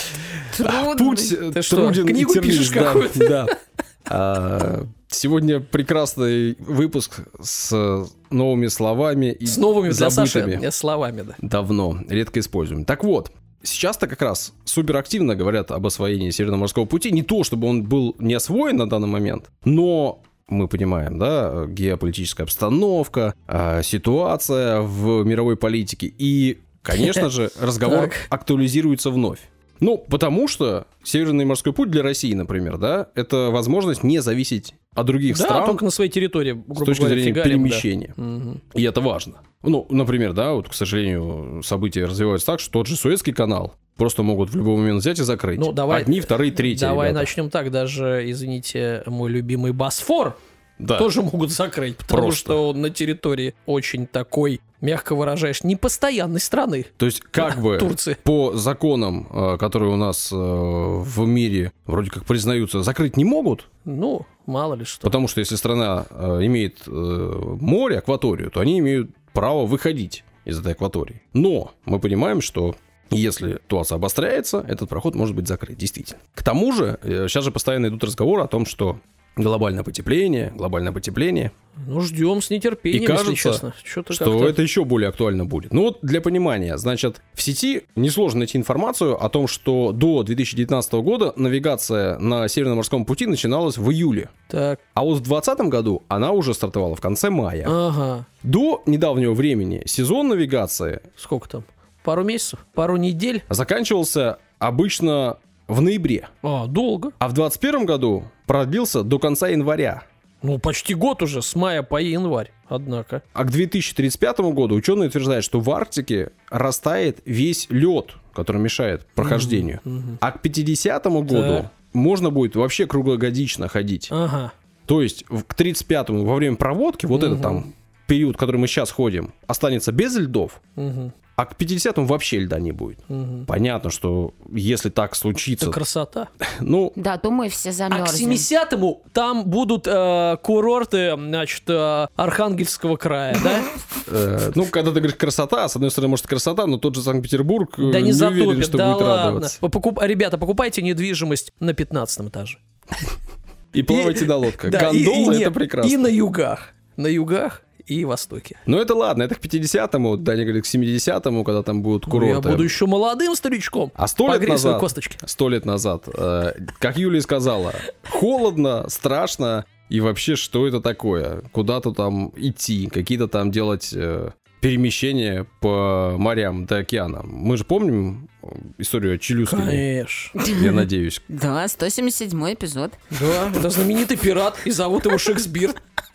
Speaker 1: Путь
Speaker 2: Ты что,
Speaker 1: труден и
Speaker 2: книгу
Speaker 1: тернист,
Speaker 2: пишешь
Speaker 1: да,
Speaker 2: какую-то?
Speaker 1: да. А, сегодня прекрасный выпуск с новыми словами и
Speaker 2: С новыми для Саши
Speaker 1: забытыми.
Speaker 2: словами, да.
Speaker 1: Давно, редко используем. Так вот, сейчас-то как раз суперактивно говорят об освоении Северного морского пути. Не то, чтобы он был не освоен на данный момент, но мы понимаем, да, геополитическая обстановка, ситуация в мировой политике. И, конечно же, разговор актуализируется вновь. Ну, потому что Северный морской путь для России, например, да, это возможность не зависеть от других
Speaker 2: да,
Speaker 1: стран.
Speaker 2: только на своей территории, грубо
Speaker 1: с точки
Speaker 2: говоря,
Speaker 1: зрения
Speaker 2: фигарим,
Speaker 1: перемещения.
Speaker 2: Да. Угу.
Speaker 1: И это важно. Ну, например, да, вот, к сожалению, события развиваются так, что тот же Суэцкий канал просто могут в любой момент взять и закрыть.
Speaker 2: Ну, давай,
Speaker 1: одни, вторые, третьи.
Speaker 2: Давай
Speaker 1: ребята.
Speaker 2: начнем так. Даже, извините, мой любимый Босфор
Speaker 1: Да.
Speaker 2: тоже могут закрыть, потому
Speaker 1: Просто.
Speaker 2: что он на территории очень такой, мягко выражаясь, непостоянной страны.
Speaker 1: То есть, как
Speaker 2: Да,
Speaker 1: бы
Speaker 2: Турции.
Speaker 1: по законам, э, которые у нас э, в мире вроде как признаются, закрыть не могут,
Speaker 2: Ну, мало ли что.
Speaker 1: потому что если страна э, имеет э, море, акваторию, то они имеют право выходить из этой акватории. Но мы понимаем, что если ситуация обостряется, этот проход может быть закрыт, действительно. К тому же, э, сейчас же постоянно идут разговоры о том, что глобальное потепление, глобальное потепление.
Speaker 2: Ну, ждем с нетерпением,
Speaker 1: И кажется,
Speaker 2: если честно. Что-то
Speaker 1: что
Speaker 2: как-то...
Speaker 1: это еще более актуально будет. Ну вот для понимания, значит, в сети несложно найти информацию о том, что до две тысячи девятнадцатого года навигация на Северном морском пути начиналась в июле.
Speaker 2: Так,
Speaker 1: А вот в двадцатом году она уже стартовала в конце мая.
Speaker 2: ага.
Speaker 1: До недавнего времени сезон навигации
Speaker 2: Сколько там? Пару месяцев? Пару недель?
Speaker 1: заканчивался обычно в ноябре.
Speaker 2: А, долго.
Speaker 1: А в двадцать первом году продлился до конца января.
Speaker 2: Ну, почти год уже, с мая по январь, однако.
Speaker 1: А к две тысячи тридцать пятому году ученые утверждают, что в Арктике растает весь лед, который мешает прохождению.
Speaker 2: Мгм, мгм.
Speaker 1: А к пятидесятому году
Speaker 2: Так.
Speaker 1: можно будет вообще круглогодично ходить.
Speaker 2: Ага.
Speaker 1: То есть в- к тридцать пятому во время проводки, вот
Speaker 2: Мгм.
Speaker 1: этот там период, который мы сейчас ходим, останется без льдов,
Speaker 2: Мгм,
Speaker 1: а к пятидесятому вообще льда не будет.
Speaker 2: мгм.
Speaker 1: Понятно, что если так случится,
Speaker 2: Это красота.
Speaker 1: ну,
Speaker 3: Да, то мы все
Speaker 2: А к
Speaker 3: замерзнем.
Speaker 2: семидесятому там будут э, курорты, значит, э, Архангельского края, да?
Speaker 1: э, ну, когда ты говоришь красота, с одной стороны, может, красота, но тот же Санкт-Петербург э,
Speaker 2: Да не
Speaker 1: не уверен,
Speaker 2: затопит,
Speaker 1: что
Speaker 2: да
Speaker 1: будет
Speaker 2: ладно.
Speaker 1: радоваться.
Speaker 2: Покуп- Ребята, покупайте недвижимость на пятнадцатом этаже.
Speaker 1: И плавайте на лодках.
Speaker 2: Да, и-
Speaker 1: Гондола —
Speaker 2: и
Speaker 1: это
Speaker 2: нет,
Speaker 1: прекрасно.
Speaker 2: И на югах. На югах и востоке.
Speaker 1: Ну это ладно, это к пятидесятому, Даня говорит, к семидесятому, когда там будут
Speaker 2: Ну, я
Speaker 1: курорты.
Speaker 2: буду еще молодым старичком.
Speaker 1: А сто лет
Speaker 2: Погрей свои
Speaker 1: назад,
Speaker 2: косточки.
Speaker 1: сто лет назад, э, как Юлия сказала, холодно, страшно, и вообще, что это такое? Куда-то там идти, какие-то там делать э, перемещения по морям до океана. Мы же помним историю о Челюскине,
Speaker 2: Конечно.
Speaker 1: я надеюсь.
Speaker 3: Да, сто семьдесят седьмой эпизод.
Speaker 2: Да, это знаменитый пират, и зовут его Шекспир.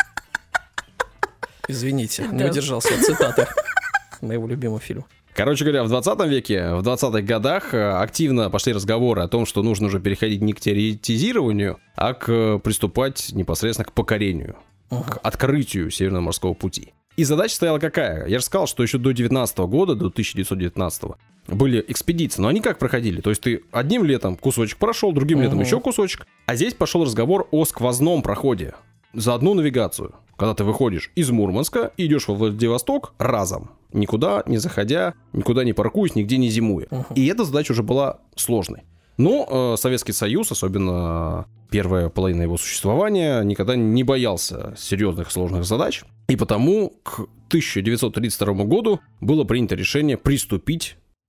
Speaker 2: Извините, не
Speaker 3: Да.
Speaker 2: удержался от цитаты моего любимого фильма.
Speaker 1: Короче говоря, в двадцатом веке, в двадцатых годах э, активно пошли разговоры о том, что нужно уже переходить не к теоретизированию, а к э, приступать непосредственно к покорению, к открытию Северного морского пути. И задача стояла какая? Я же сказал, что еще до девятнадцатого года, до тысяча девятьсот девятнадцатого, были экспедиции. Но они как проходили? То есть ты одним летом кусочек прошел, другим летом
Speaker 2: Мгм.
Speaker 1: еще кусочек. А здесь пошел разговор о сквозном проходе за одну навигацию. Когда ты выходишь из Мурманска и идешь во Владивосток разом. Никуда не заходя, никуда не паркуясь, нигде не зимуя.
Speaker 2: Мгм.
Speaker 1: И эта задача уже была сложной. Но э, Советский Союз, особенно первая половина его существования, никогда не боялся серьезных сложных задач. И потому к тысяча девятьсот тридцать второму году было принято решение приступить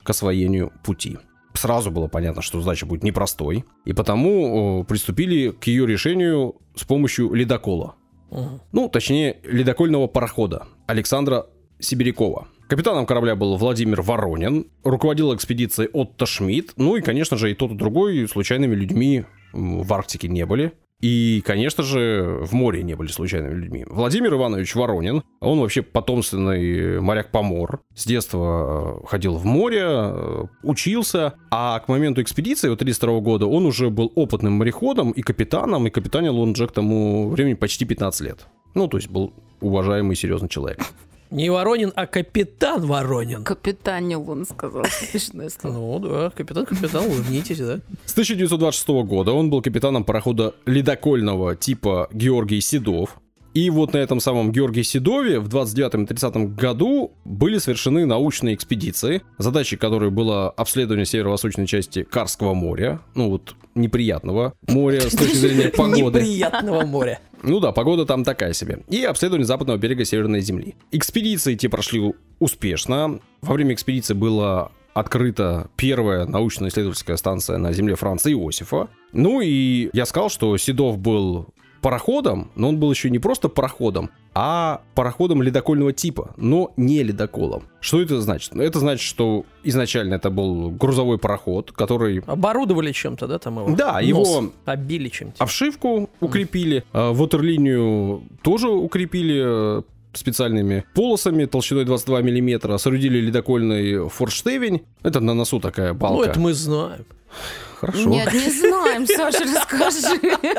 Speaker 1: к освоению пути. Сразу было понятно, что задача будет непростой, и потому приступили к ее решению с помощью ледокола. Uh-huh. Ну, точнее, ледокольного парохода Александра Сибирякова. Капитаном корабля был Владимир Воронин, руководил экспедицией Отто Шмидт, ну и, конечно же, и тот, и другой случайными людьми в Арктике не были. И, конечно же, в море не были случайными людьми. Владимир Иванович Воронин, он вообще потомственный моряк-помор. С детства ходил в море, учился, а к моменту экспедиции вот тридцать второго года он уже был опытным мореходом и капитаном, и капитанил он уже к тому времени почти пятнадцать лет. Ну, то есть был уважаемый и серьезный человек.
Speaker 2: Не Воронин, а капитан Воронин.
Speaker 3: Капитанил, он сказал. Смешное слово.
Speaker 2: Ну да, капитан-капитан, улыбнитесь, да.
Speaker 1: С тысяча девятьсот двадцать шестого года он был капитаном парохода ледокольного типа Георгий Седов. И вот на этом самом Георгии Седове в двадцать девятом и тридцатом году были совершены научные экспедиции, задачей которой было обследование северо-восточной части Карского моря, ну вот неприятного моря с точки зрения погоды.
Speaker 2: Неприятного моря.
Speaker 1: Ну да, погода там такая себе. И обследование западного берега Северной Земли. Экспедиции те прошли успешно. Во время экспедиции была открыта первая научно-исследовательская станция на земле Франца Иосифа. Ну и я сказал, что Седов был пароходом, но он был еще не просто пароходом, а пароходом ледокольного типа, но не ледоколом. Что это значит? Это значит, что изначально это был грузовой пароход, который...
Speaker 2: Оборудовали чем-то, да, там его?
Speaker 1: Да,
Speaker 2: Нос
Speaker 1: его...
Speaker 2: оббили чем-то.
Speaker 1: Обшивку укрепили, mm. ватерлинию тоже укрепили специальными полосами толщиной двадцать два миллиметра, соорудили ледокольный форштевень. Это на носу такая балка.
Speaker 2: Ну, это мы знаем.
Speaker 1: Хорошо.
Speaker 3: Нет, не знаем, Саша, расскажи.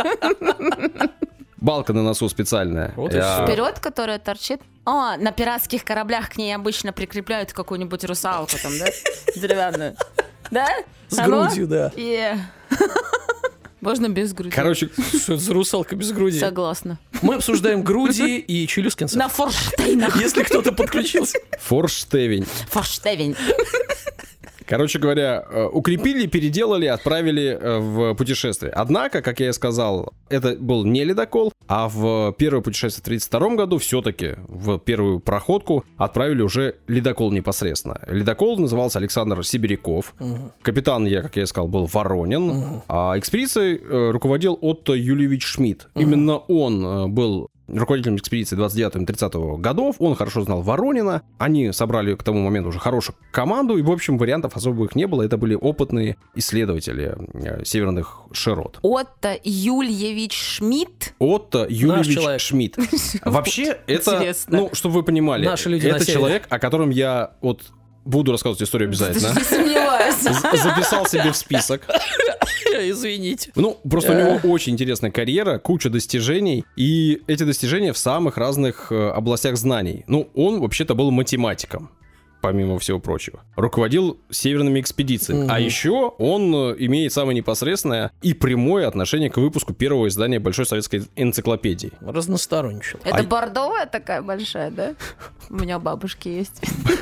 Speaker 1: Балка на носу специальная.
Speaker 2: Вот
Speaker 1: Я...
Speaker 3: Вперед, которая торчит. А, на пиратских кораблях к ней обычно прикрепляют какую-нибудь русалку там, да? Деревянную. Да?
Speaker 2: С грудью, да.
Speaker 3: Yeah. Можно без груди.
Speaker 1: Короче,
Speaker 2: что это за русалка без груди?
Speaker 3: Согласна.
Speaker 2: Мы обсуждаем груди и челюскинцев.
Speaker 3: На форштейнах.
Speaker 2: Если кто-то подключился.
Speaker 1: Форштевень.
Speaker 3: Форштевень.
Speaker 1: Короче говоря, укрепили, переделали, отправили в путешествие. Однако, как я и сказал, это был не ледокол, а в первое путешествие в тридцать втором году все-таки в первую проходку отправили уже ледокол непосредственно. Ледокол назывался Александр Сибиряков. Угу. Капитан, я, как я и сказал, был Воронин. Угу. А экспедицией руководил Отто Юльевич Шмидт. Угу. Именно он был руководителем экспедиции двадцать девятого и тридцатого годов, он хорошо знал Воронина, они собрали к тому моменту уже хорошую команду, и, в общем, вариантов особых не было, это были опытные исследователи северных широт.
Speaker 3: Отто Юльевич Шмидт?
Speaker 1: Отто Юльевич Шмидт. Вообще, это, ну, чтобы вы понимали, это человек, о котором я вот буду рассказывать историю обязательно.
Speaker 3: Не сомневаюсь.
Speaker 1: Записал себе в список.
Speaker 2: Извините.
Speaker 1: Ну, просто у него очень интересная карьера, куча достижений, и эти достижения в самых разных э, областях знаний. Ну, он вообще-то был математиком, помимо всего прочего. Руководил северными экспедициями. Mm-hmm. А еще он э, имеет самое непосредственное и прямое отношение к выпуску первого издания Большой советской энциклопедии.
Speaker 2: Разносторонничал.
Speaker 3: Это а... бордовая такая большая, да? У меня у бабушки есть.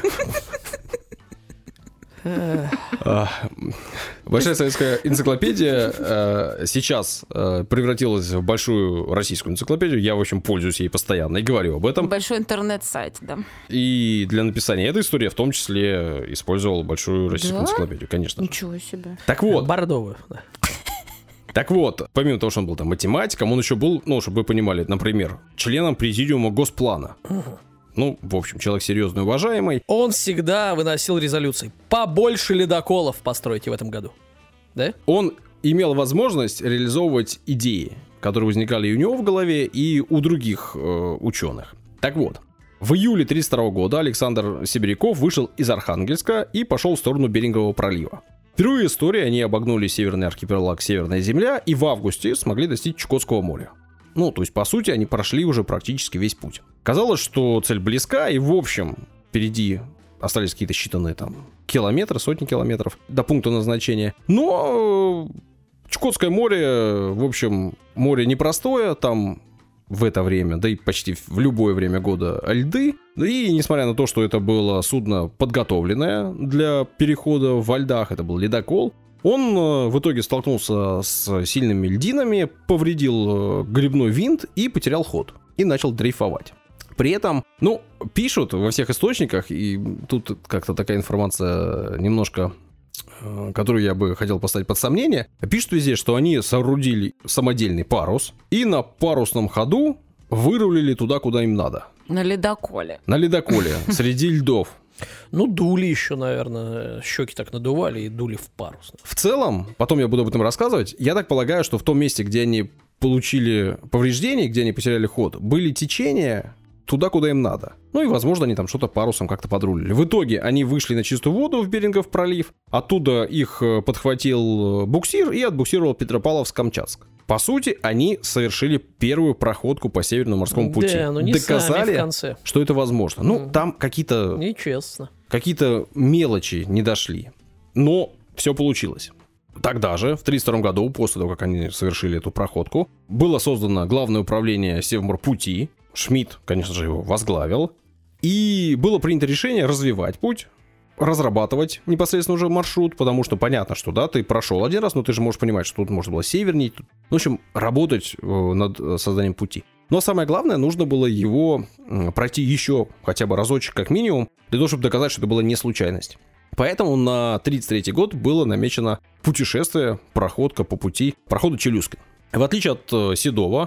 Speaker 1: Большая советская энциклопедия э, сейчас э, превратилась в большую российскую энциклопедию. Я, в общем, пользуюсь ей постоянно и говорю об этом.
Speaker 3: Большой интернет-сайт, да.
Speaker 1: И для написания этой истории я в том числе использовал большую российскую да? энциклопедию, конечно.
Speaker 3: Ничего себе.
Speaker 1: Так вот.
Speaker 2: Бордовую, да.
Speaker 1: Так вот, помимо того, что он был там математиком, он еще был, ну, чтобы вы понимали, например, членом президиума Госплана. Угу. Ну, в общем, человек серьезный, уважаемый.
Speaker 2: Он всегда выносил резолюции. Побольше ледоколов постройте в этом году. Да?
Speaker 1: Он имел возможность реализовывать идеи, которые возникали и у него в голове, и у других э, ученых. Так вот, в июле тридцать второго года Александр Сибиряков вышел из Архангельска и пошел в сторону Берингового пролива. Впервые в истории они обогнули северный архипелаг Северная Земля и в августе смогли достичь Чукотского моря. Ну, то есть, по сути, они прошли уже практически весь путь. Казалось, что цель близка, и, в общем, впереди остались какие-то считанные там километры, сотни километров до пункта назначения. Но Чукотское море, в общем, море непростое, там в это время, да и почти в любое время года льды. И несмотря на то, что это было судно подготовленное для перехода во льдах, это был ледокол, он в итоге столкнулся с сильными льдинами, повредил гребной винт и потерял ход. И начал дрейфовать. При этом, ну, пишут во всех источниках, и тут как-то такая информация немножко, которую я бы хотел поставить под сомнение, пишут везде, что они соорудили самодельный парус и на парусном ходу вырулили туда, куда им надо.
Speaker 3: На ледоколе.
Speaker 1: На ледоколе, среди льдов.
Speaker 2: Ну, дули еще, наверное, щеки так надували и дули в парус.
Speaker 1: В целом, потом я буду об этом рассказывать, я так полагаю, что в том месте, где они получили повреждения, где они потеряли ход, были течения туда, куда им надо. Ну и, возможно, они там что-то парусом как-то подрулили. В итоге они вышли на чистую воду в Берингов пролив, оттуда их подхватил буксир и отбуксировал Петропавловск-Камчатск. По сути, они совершили первую проходку по Северному морскому пути.
Speaker 2: Да, но не
Speaker 1: доказали,
Speaker 2: в конце.
Speaker 1: Что это возможно. Ну, mm. там какие-то...
Speaker 2: Нечестно.
Speaker 1: Какие-то мелочи не дошли. Но все получилось. Тогда же, в тридцать втором году, после того, как они совершили эту проходку, было создано Главное управление Севморпути. Шмидт, конечно же, его возглавил. И было принято решение развивать путь, разрабатывать непосредственно уже маршрут, потому что понятно, что да, ты прошел один раз, но ты же можешь понимать, что тут можно было севернее. Тут... В общем, работать э, над созданием пути. Но самое главное, нужно было его э, пройти еще хотя бы разочек как минимум, для того, чтобы доказать, что это была не случайность. Поэтому на тридцать третий год было намечено путешествие, проходка по пути, проходу Челюскин. В отличие от э, Седова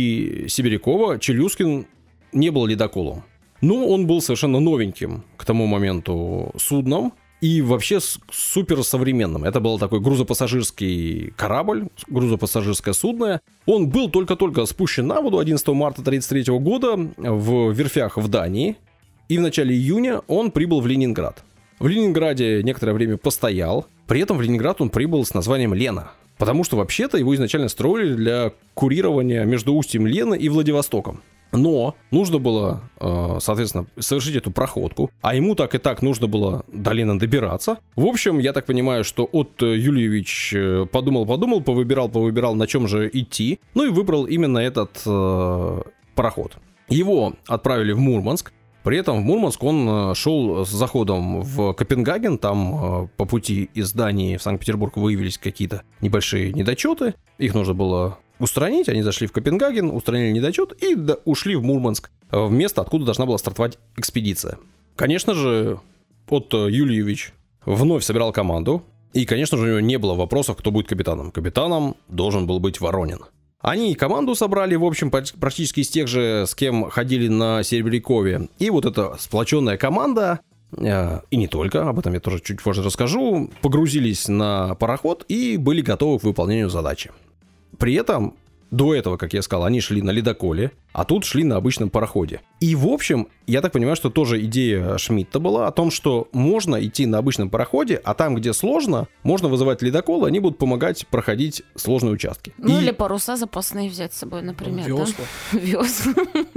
Speaker 1: и Сибирякова, Челюскин не был ледоколом. Но он был совершенно новеньким к тому моменту судном и вообще суперсовременным. Это был такой грузопассажирский корабль, грузопассажирское судно. Он был только-только спущен на воду одиннадцатого марта тысяча девятьсот тридцать третьего года в верфях в Дании. И в начале июня он прибыл в Ленинград. В Ленинграде некоторое время постоял. При этом в Ленинград он прибыл с названием Лена. Потому что вообще-то его изначально строили для курирования между устьем Лены и Владивостоком. Но нужно было, соответственно, совершить эту проходку, а ему так и так нужно было до Лены добираться. В общем, я так понимаю, что Отто Юльевич подумал-подумал, повыбирал-повыбирал, на чем же идти, ну и выбрал именно этот э, пароход. Его отправили в Мурманск. При этом в Мурманск он шел с заходом в Копенгаген, там по пути из Дании в Санкт-Петербург выявились какие-то небольшие недочеты, их нужно было устранить, они зашли в Копенгаген, устранили недочет и ушли в Мурманск, в место, откуда должна была стартовать экспедиция. Конечно же, Отто Юльевич вновь собирал команду, и, конечно же, у него не было вопросов, кто будет капитаном. Капитаном должен был быть Воронин. Они команду собрали, в общем, практически из тех же, с кем ходили на Серебрякове. И вот эта сплоченная команда, э, и не только, об этом я тоже чуть позже расскажу, погрузились на пароход и были готовы к выполнению задачи. При этом, до этого, как я сказал, они шли на ледоколе, а тут шли на обычном пароходе. И, в общем, я так понимаю, что тоже идея Шмидта была о том, что можно идти на обычном пароходе, а там, где сложно, можно вызывать ледоколы, они будут помогать проходить сложные участки.
Speaker 3: Ну,
Speaker 1: и...
Speaker 3: или паруса запасные взять с собой, например.
Speaker 2: Весла.
Speaker 3: Да? Весла.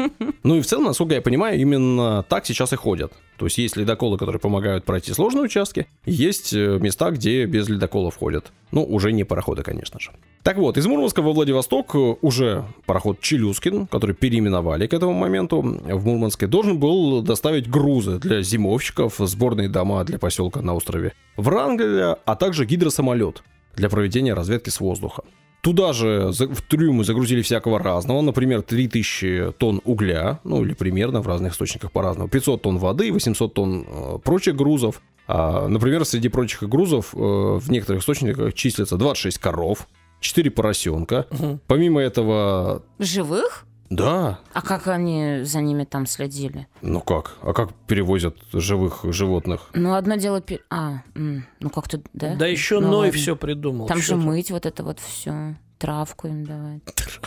Speaker 1: Ну и в целом, насколько я понимаю, именно так сейчас и ходят. То есть есть ледоколы, которые помогают пройти сложные участки, и есть места, где без ледоколов ходят. Ну, уже не пароходы, конечно же. Так вот, из Мурманска во Владивосток уже пароход Челюскин, который переименовали к этому моменту в Мурманске, должен был доставить грузы для зимовщиков, сборные дома для поселка на острове Врангеля, а также гидросамолет для проведения разведки с воздуха. Туда же в трюмы загрузили всякого разного, например, три тысячи тонн угля, ну или примерно в разных источниках по-разному, пятьсот тонн воды, восемьсот тонн э, прочих грузов. А, например, среди прочих грузов э, в некоторых источниках числятся двадцать шесть коров, четыре поросенка. Угу. Помимо этого...
Speaker 3: Живых?
Speaker 1: Да.
Speaker 3: А как они за ними там следили?
Speaker 1: Ну как? А как перевозят живых животных?
Speaker 3: Ну, одно дело... Пер... А, м, ну как-то, да?
Speaker 2: Да еще
Speaker 3: ну,
Speaker 2: Ной
Speaker 3: ладно.
Speaker 2: все придумал.
Speaker 3: Там
Speaker 2: Что
Speaker 3: же
Speaker 2: это?
Speaker 3: мыть вот это вот все, травку им давать.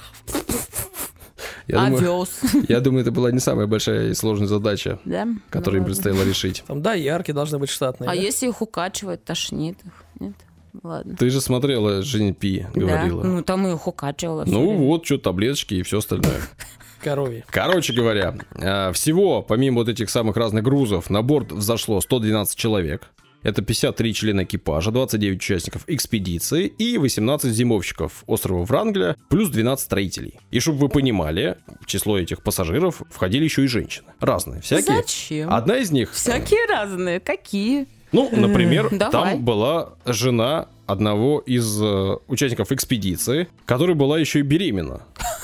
Speaker 1: Я
Speaker 3: Овес.
Speaker 1: думаю, я думаю, это была не самая большая и сложная задача,
Speaker 3: Да?
Speaker 1: которую
Speaker 3: Ну,
Speaker 1: им предстояло решить.
Speaker 2: Там доярки должны быть штатные.
Speaker 3: А
Speaker 2: да?
Speaker 3: если их укачивать, тошнит их? Нет? Ладно.
Speaker 1: Ты же смотрела Жень Пи, говорила.
Speaker 3: Да, ну там их укачивала.
Speaker 1: Ну вот, что таблеточки и все остальное.
Speaker 2: Коровьи.
Speaker 1: Короче говоря, всего, помимо вот этих самых разных грузов, на борт взошло сто двенадцать человек. Это пятьдесят три члена экипажа, двадцать девять участников экспедиции и восемнадцать зимовщиков острова Врангеля, плюс двенадцать строителей. И чтобы вы понимали, в число этих пассажиров входили еще и женщины. Разные, всякие.
Speaker 3: Зачем?
Speaker 1: Одна из них...
Speaker 3: Всякие разные. Какие?
Speaker 1: Ну, например,
Speaker 3: Давай.
Speaker 1: там была жена одного из э, участников экспедиции, которая была еще и беременна.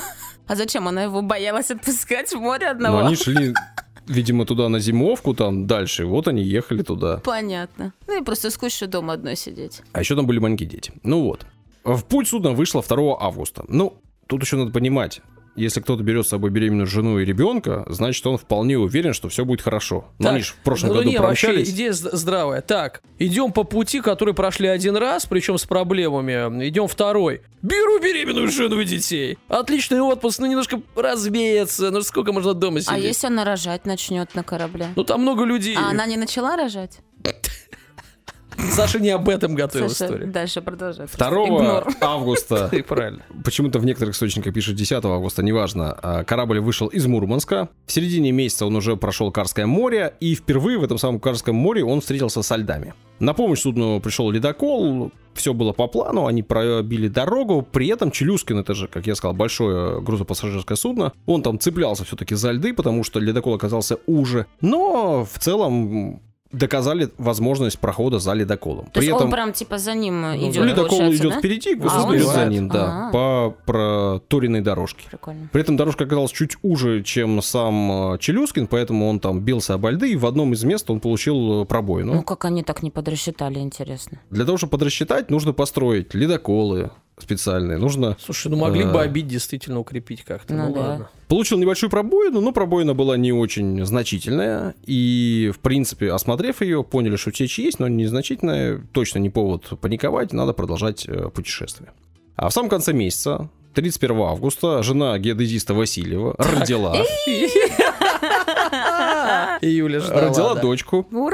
Speaker 3: А зачем? Она его боялась отпускать в море одного?
Speaker 1: Ну, они шли, видимо, туда на зимовку, там дальше, вот они ехали туда.
Speaker 3: Понятно. Ну и просто скучно дома одной сидеть.
Speaker 1: А еще там были маленькие дети. Ну вот. В путь судно вышло второго августа. Ну, тут еще надо понимать, если кто-то берет с собой беременную жену и ребенка, значит, он вполне уверен, что все будет хорошо. Но
Speaker 2: так,
Speaker 1: они же в прошлом
Speaker 2: ну,
Speaker 1: году
Speaker 2: не,
Speaker 1: промчались.
Speaker 2: Вообще, идея здравая. Так, идем по пути, который прошли один раз, причем с проблемами. Идем второй. Беру беременную жену и детей. Отличный отпуск, ну немножко развеяться. Ну сколько можно дома сидеть?
Speaker 3: А если она рожать начнет на корабле?
Speaker 2: Ну там много людей.
Speaker 3: А она не начала рожать?
Speaker 2: Саша не об этом готовил
Speaker 3: Саша,
Speaker 2: историю.
Speaker 3: Дальше продолжай.
Speaker 1: второго августа,
Speaker 2: правильно.
Speaker 1: Почему-то в некоторых источниках пишут десятого августа, неважно, корабль вышел из Мурманска. В середине месяца он уже прошел Карское море, и впервые в этом самом Карском море он встретился со льдами. На помощь судну пришел ледокол, все было по плану, они пробили дорогу, при этом Челюскин, это же, как я сказал, большое грузопассажирское судно, он там цеплялся все-таки за льды, потому что ледокол оказался уже, но в целом доказали возможность прохода за ледоколом.
Speaker 3: То
Speaker 1: При
Speaker 3: есть
Speaker 1: этом
Speaker 3: он прям типа за ним
Speaker 1: ну,
Speaker 3: идет,
Speaker 1: ледокол идет
Speaker 3: да?
Speaker 1: впереди,
Speaker 3: а,
Speaker 1: судно идет за ним, да,
Speaker 3: А-а-а.
Speaker 1: по проторенной дорожке.
Speaker 3: Прикольно.
Speaker 1: При этом дорожка оказалась чуть уже, чем сам Челюскин, поэтому он там бился об льды, и в одном из мест он получил пробоину.
Speaker 3: Ну как они так не подрасчитали, интересно.
Speaker 1: Для того, чтобы подрасчитать, нужно построить ледоколы специальные. Нужно...
Speaker 2: Слушай, ну могли
Speaker 1: а...
Speaker 2: бы обить, действительно укрепить как-то. Ну,
Speaker 3: ну да.
Speaker 2: ладно.
Speaker 1: Получил небольшую пробоину, но пробоина была не очень значительная. И, в принципе, осмотрев ее, поняли, что течь есть, но незначительная. Точно не повод паниковать, надо продолжать путешествие. А в самом конце месяца, тридцать первого августа, жена геодезиста Васильева родила...
Speaker 2: Юля ждала,
Speaker 1: Родила
Speaker 2: да.
Speaker 1: дочку.
Speaker 3: Ура!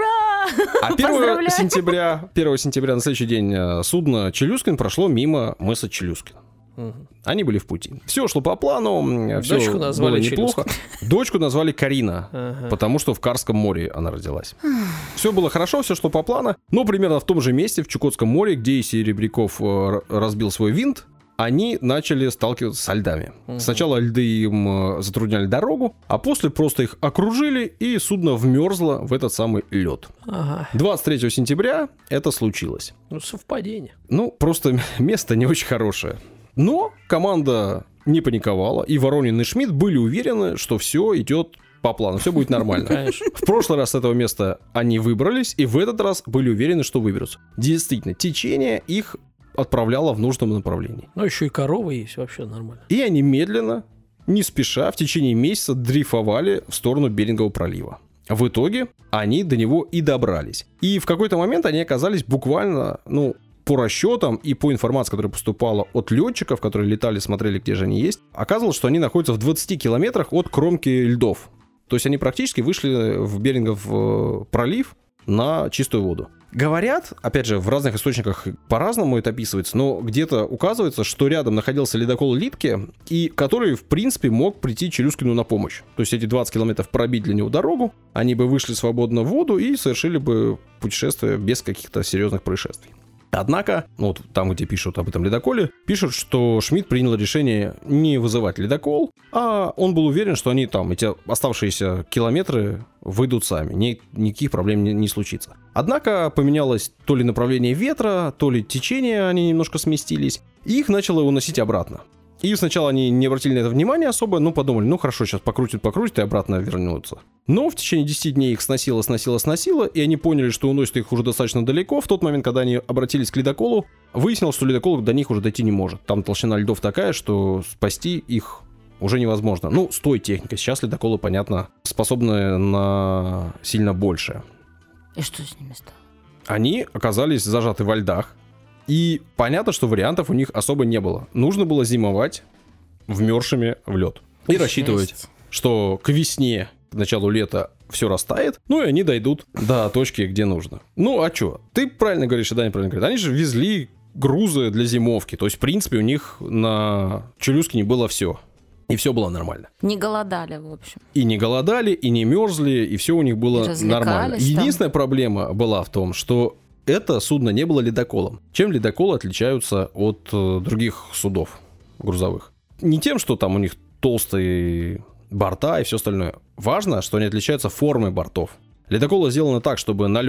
Speaker 1: А первого сентября, первого сентября на следующий день судно Челюскин прошло мимо мыса Челюскин. Угу. Они были в пути. Все шло по плану, все
Speaker 2: Дочку назвали
Speaker 1: было неплохо.
Speaker 2: Челюскин.
Speaker 1: Дочку назвали Карина,
Speaker 2: ага.
Speaker 1: потому что в Карском море она родилась. Все было хорошо, все шло по плану, но примерно в том же месте, в Чукотском море, где и Серебряков разбил свой винт, они начали сталкиваться со льдами. Угу. Сначала льды им затрудняли дорогу, а после просто их окружили, и судно вмерзло в этот самый лед.
Speaker 2: Ага.
Speaker 1: двадцать третьего сентября это случилось.
Speaker 2: Ну, совпадение.
Speaker 1: Ну, просто место не очень хорошее. Но команда не паниковала, и Воронин и Шмидт были уверены, что все идет по плану, все будет нормально.
Speaker 2: Конечно.
Speaker 1: В прошлый раз с этого места они выбрались, и в этот раз были уверены, что выберутся. Действительно, течение их отправляло в нужном направлении.
Speaker 2: Ну, еще и корова есть, вообще нормально.
Speaker 1: И они медленно, не спеша, в течение месяца дрейфовали в сторону Берингового пролива. В итоге они до него и добрались. И в какой-то момент они оказались буквально, ну, по расчетам и по информации, которая поступала от летчиков, которые летали, смотрели, где же они есть, оказалось, что они находятся в двадцати километрах от кромки льдов. То есть они практически вышли в Берингов пролив на чистую воду. Говорят, опять же, в разных источниках по-разному это описывается, но где-то указывается, что рядом находился ледокол Литке, и который, в принципе, мог прийти Челюскину на помощь. То есть эти двадцать километров пробить для него дорогу, они бы вышли свободно в воду и совершили бы путешествие без каких-то серьезных происшествий. Однако, ну, вот там, где пишут об этом ледоколе, пишут, что Шмидт принял решение не вызывать ледокол, а он был уверен, что они там, эти оставшиеся километры выйдут сами, ни, никаких проблем не, не случится. Однако поменялось то ли направление ветра, то ли течение, они немножко сместились, и их начало уносить обратно. И сначала они не обратили на это внимания особо, но подумали, ну хорошо, сейчас покрутят, покрутят и обратно вернутся. Но в течение десяти дней их сносило, сносило, сносило, и они поняли, что уносят их уже достаточно далеко. В тот момент, когда они обратились к ледоколу, выяснилось, что ледокол до них уже дойти не может. Там толщина льдов такая, что спасти их уже невозможно. Ну, с той техникой. Сейчас ледоколы, понятно, способны на сильно большее.
Speaker 3: И что с ними стало?
Speaker 1: Они оказались зажаты во льдах. И понятно, что вариантов у них особо не было. Нужно было зимовать вмерзшими в лед. И
Speaker 3: Жесть.
Speaker 1: рассчитывать, что к весне, к началу лета все растает, ну и они дойдут до точки, где нужно. Ну а что? Ты правильно говоришь, и Даня правильно говорит. Они же везли грузы для зимовки. То есть, в принципе, у них на Челюскине было все. И все было нормально.
Speaker 3: Не голодали, в общем.
Speaker 1: И не голодали, и не мерзли, и все у них было нормально. Единственная там проблема была в том, что это судно не было ледоколом. Чем ледоколы отличаются от э, других судов грузовых? Не тем, что там у них толстые борта и все остальное. Важно, что они отличаются формой бортов. Ледоколы сделаны так, чтобы на лед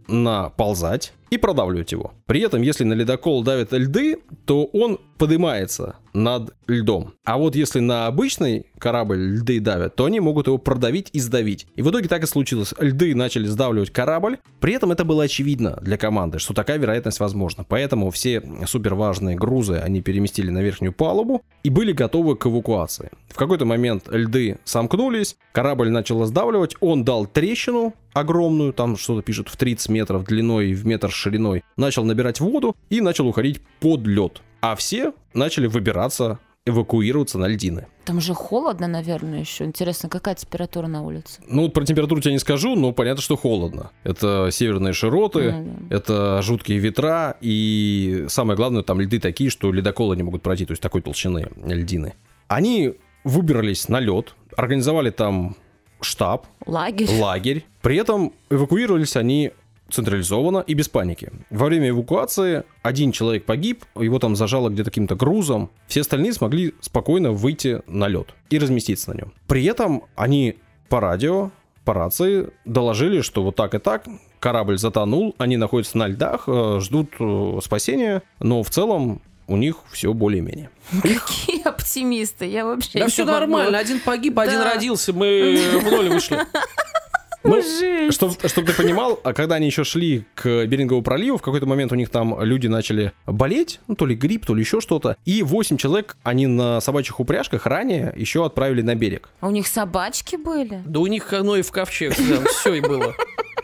Speaker 1: наползать и продавливать его. При этом, если на ледокол давят льды, то он поднимается над льдом. А вот если на обычный корабль льды давят, то они могут его продавить и сдавить. И в итоге так и случилось. Льды начали сдавливать корабль. При этом это было очевидно для команды, что такая вероятность возможна. Поэтому все суперважные грузы они переместили на верхнюю палубу и были готовы к эвакуации. В какой-то момент льды сомкнулись, корабль начал сдавливать, он дал трещину огромную, там что-то пишут в тридцать метров длиной и в метр шириной, начал набирать воду и начал уходить под лед. А все начали выбираться, эвакуироваться на льдины.
Speaker 3: Там же холодно, наверное, еще. Интересно, какая температура на улице?
Speaker 1: Ну, про температуру тебе не скажу, но понятно, что холодно. Это северные широты, mm-hmm. это жуткие ветра, и самое главное, там льды такие, что ледоколы не могут пройти, то есть такой толщины льдины. Они выбрались на лед, организовали там штаб,
Speaker 3: лагерь.
Speaker 1: лагерь. При этом эвакуировались они централизованно и без паники. Во время эвакуации один человек погиб, его там зажало где-то каким-то грузом. Все остальные смогли спокойно выйти на лед и разместиться на нем. При этом они по радио, по рации доложили, что вот так и так, корабль затонул, они находятся на льдах, ждут спасения, но в целом у них все более-менее.
Speaker 3: Какие оптимисты, я вообще
Speaker 2: да
Speaker 3: не
Speaker 2: все
Speaker 3: могу.
Speaker 2: Нормально, один погиб, да. один родился, мы в ноль вышли.
Speaker 1: Ну, чтобы чтоб ты понимал, а когда они еще шли к Беринговому проливу, в какой-то момент у них там люди начали болеть, ну, то ли грипп, то ли еще что-то, и восемь человек они на собачьих упряжках ранее еще отправили на берег.
Speaker 3: А у них собачки были?
Speaker 2: Да у них оно и в ковчег, да, все и было.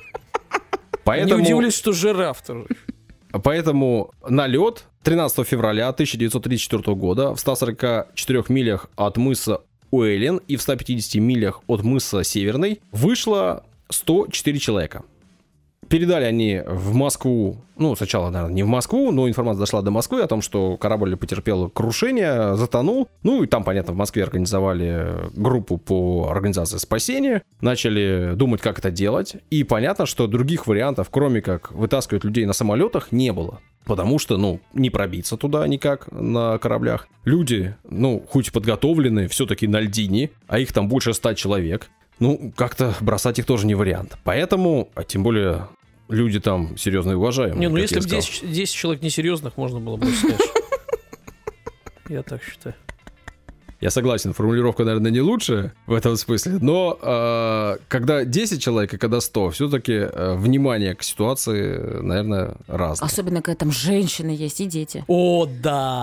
Speaker 1: Поэтому...
Speaker 2: Не удивлюсь, что жираф тоже.
Speaker 1: Поэтому на лед тринадцатого февраля тысяча девятьсот тридцать четвёртого года в ста сорока четырёх милях от мыса Уэлен и в ста пятидесяти милях от мыса Северный вышло сто четыре человека. Передали они в Москву, ну, сначала, наверное, не в Москву, но информация дошла до Москвы о том, что корабль потерпел крушение, затонул. Ну, и там, понятно, в Москве организовали группу по организации спасения, начали думать, как это делать. И понятно, что других вариантов, кроме как вытаскивать людей на самолетах, не было. Потому что, ну, не пробиться туда никак на кораблях. Люди, ну, хоть подготовленные, все-таки на льдине, а их там больше ста человек. Ну, как-то бросать их тоже не вариант. Поэтому, а тем более, люди там серьезно и уважаемые.
Speaker 2: Не, ну если бы десять, десять человек несерьезных, можно было бы сказать. Я так считаю.
Speaker 1: Я согласен, формулировка, наверное, не лучшая в этом смысле, но э, когда десять человек и когда сто, все-таки э, внимание к ситуации, наверное, разное.
Speaker 3: Особенно, когда там женщины есть и дети.
Speaker 2: О, да!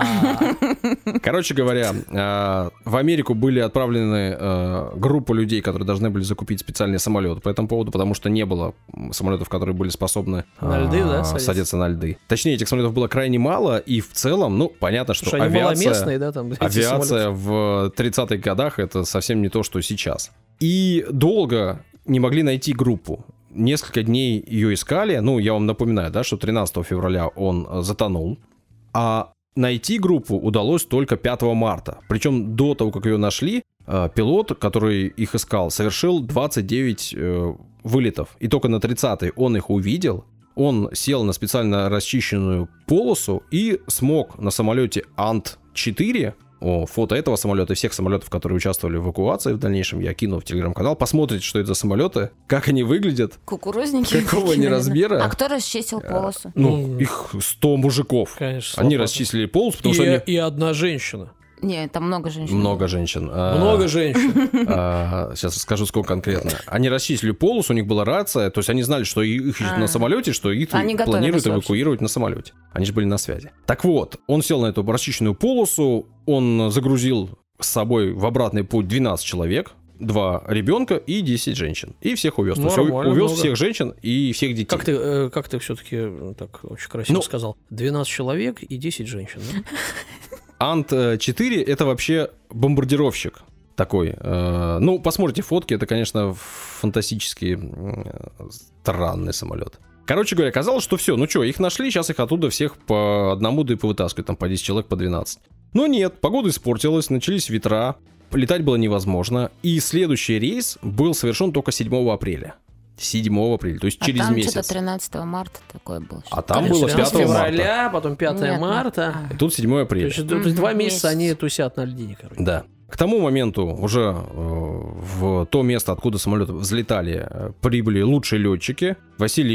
Speaker 1: Короче говоря, э, в Америку были отправлены э, группа людей, которые должны были закупить специальные самолеты по этому поводу, потому что не было самолетов, которые были способны э,
Speaker 2: на льды, да,
Speaker 1: садиться? садиться на льды. Точнее, этих самолетов было крайне мало, и в целом, ну, понятно, что
Speaker 2: Слушай,
Speaker 1: авиация,
Speaker 2: да, там,
Speaker 1: авиация в в тридцатых годах это совсем не то, что сейчас. И долго не могли найти группу. Несколько дней ее искали. Ну, я вам напоминаю, да, что тринадцатого февраля он затонул. А найти группу удалось только пятого марта. Причем до того, как ее нашли, пилот, который их искал, совершил двадцать девять вылетов. И только на тридцатый он их увидел. Он сел на специально расчищенную полосу и смог на самолете Ан-Т четыре, о, фото этого самолета и всех самолетов, которые участвовали в эвакуации в дальнейшем, я кину в телеграм-канал. Посмотрите, что это за самолеты, как они выглядят.
Speaker 3: Кукурузники.
Speaker 1: Какого они размера.
Speaker 3: А кто расчистил полосу?
Speaker 1: Ну, их сто мужиков.
Speaker 2: Конечно.
Speaker 1: Они расчистили полосу, потому
Speaker 2: и,
Speaker 1: что они...
Speaker 2: И одна женщина.
Speaker 3: Нет, там много женщин.
Speaker 1: Много женщин.
Speaker 2: Много женщин.
Speaker 1: Сейчас скажу, сколько конкретно. Они расчистили полосу, у них была рация, то есть они знали, что их ищут на самолете, что их планируют эвакуировать на самолете. Они же были на связи. Так вот, он сел на эту расчищенную полосу, он загрузил с собой в обратный путь двенадцать человек, два ребенка и десять женщин. И всех увез.
Speaker 2: Ну,
Speaker 1: то есть увез много. Всех женщин и всех детей.
Speaker 2: Как ты, э, как ты все-таки так очень красиво ну, сказал? двенадцать человек и десять женщин, да?
Speaker 1: Ан-Т четыре это вообще бомбардировщик такой. Ну, посмотрите фотки, это, конечно, фантастически странный самолет. Короче говоря, казалось, что все, ну что, их нашли, сейчас их оттуда всех по одному да и повытаскивают, там по десять человек, по двенадцать. Но нет, погода испортилась, начались ветра, летать было невозможно, и следующий рейс был совершен только седьмого апреля. седьмого апреля, то есть
Speaker 3: а
Speaker 1: через
Speaker 3: там
Speaker 1: месяц.
Speaker 3: что-то тринадцатого марта такое было.
Speaker 1: А там было пятого
Speaker 2: февраля, потом пятого
Speaker 3: Нет,
Speaker 2: марта.
Speaker 1: И тут седьмого апреля.
Speaker 2: То есть, то есть два месяца они тусят на льдине, короче.
Speaker 1: Да. К тому моменту уже э, в то место, откуда самолеты взлетали, э, прибыли лучшие летчики. Василий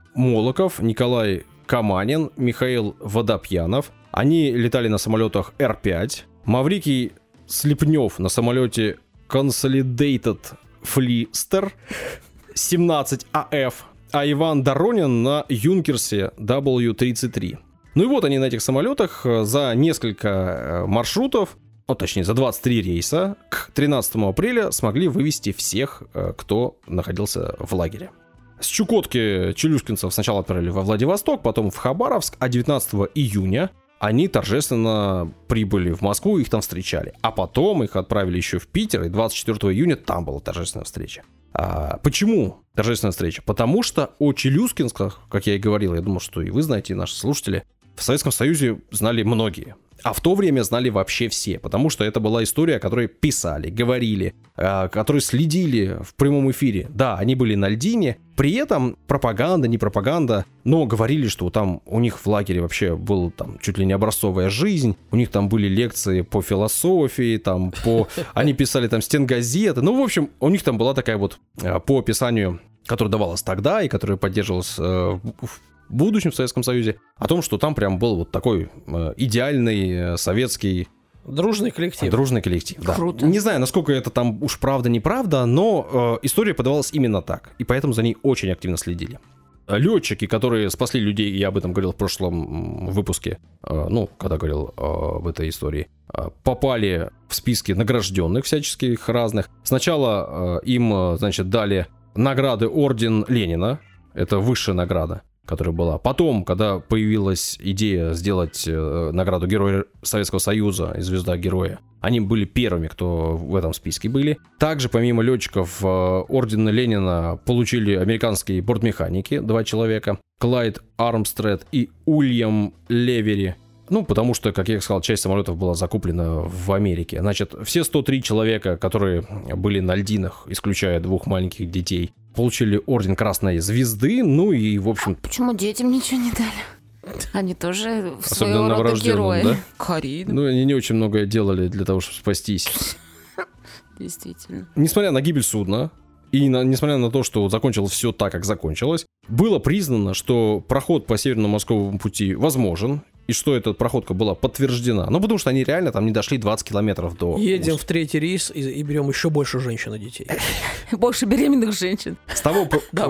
Speaker 1: Молоков, Николай Каманин, Михаил Водопьянов. Они летали на самолетах Эр пять. Маврикий Слепнев на самолете Consolidated Flister семнадцать А Эф, а Иван Доронин на Юнкерсе дабл ю тридцать три. Ну и вот они на этих самолетах за несколько маршрутов, ну, точнее, за двадцать три рейса к тринадцатому апреля смогли вывести всех, кто находился в лагере. С Чукотки челюскинцев сначала отправили во Владивосток, потом в Хабаровск, а девятнадцатого июня они торжественно прибыли в Москву, их там встречали. А потом их отправили еще в Питер, и двадцать четвёртого июня там была торжественная встреча. А почему торжественная встреча? Потому что о челюскинцах, как я и говорил, я думаю, что и вы знаете, и наши слушатели, в Советском Союзе знали многие. А в то время знали вообще все, потому что это была история, о которой писали, говорили, о которой следили в прямом эфире. Да, они были на льдине, при этом пропаганда, не пропаганда, но говорили, что там у них в лагере вообще была там чуть ли не образцовая жизнь, у них там были лекции по философии, там по... Они писали там стенгазеты, ну, в общем, у них там была такая вот по описанию, которая давалась тогда и которая поддерживалась в в будущем в Советском Союзе, о том, что там прям был вот такой э, идеальный э, советский...
Speaker 2: Дружный коллектив.
Speaker 1: Дружный коллектив, да.
Speaker 2: Круто.
Speaker 1: Не знаю, насколько это там уж правда-неправда, но э, история подавалась именно так, и поэтому за ней очень активно следили. Летчики, которые спасли людей, я об этом говорил в прошлом выпуске, э, ну, когда говорил э, об этой истории, э, попали в списки награжденных всяческих разных. Сначала э, им, значит, дали награды Орден Ленина, это высшая награда, которая была. Потом, когда появилась идея сделать э, награду Героя Советского Союза и Звезда Героя, они были первыми, кто в этом списке были. Также, помимо летчиков, э, ордена Ленина получили американские бортмеханики, два человека, Клайд Армстред и Уильям Левери. Ну, потому что, как я сказал, часть самолетов была закуплена в Америке. Значит, все сто три человека, которые были на льдинах, исключая двух маленьких детей, получили орден Красной Звезды, ну и, в общем...
Speaker 3: А почему детям ничего не дали? Они тоже в своего
Speaker 1: особенно
Speaker 3: рода герои.
Speaker 1: Да?
Speaker 3: Карина.
Speaker 1: Ну, они не очень многое делали для того, чтобы спастись.
Speaker 3: Действительно.
Speaker 1: Несмотря на гибель судна, и на, несмотря на то, что закончилось все так, как закончилось, было признано, что проход по Северному морскому пути возможен, и что эта проходка была подтверждена. Ну, потому что они реально там не дошли двадцать километров до...
Speaker 2: Едем в третий рейс и, и берем еще больше женщин и детей.
Speaker 3: Больше беременных женщин.
Speaker 1: С того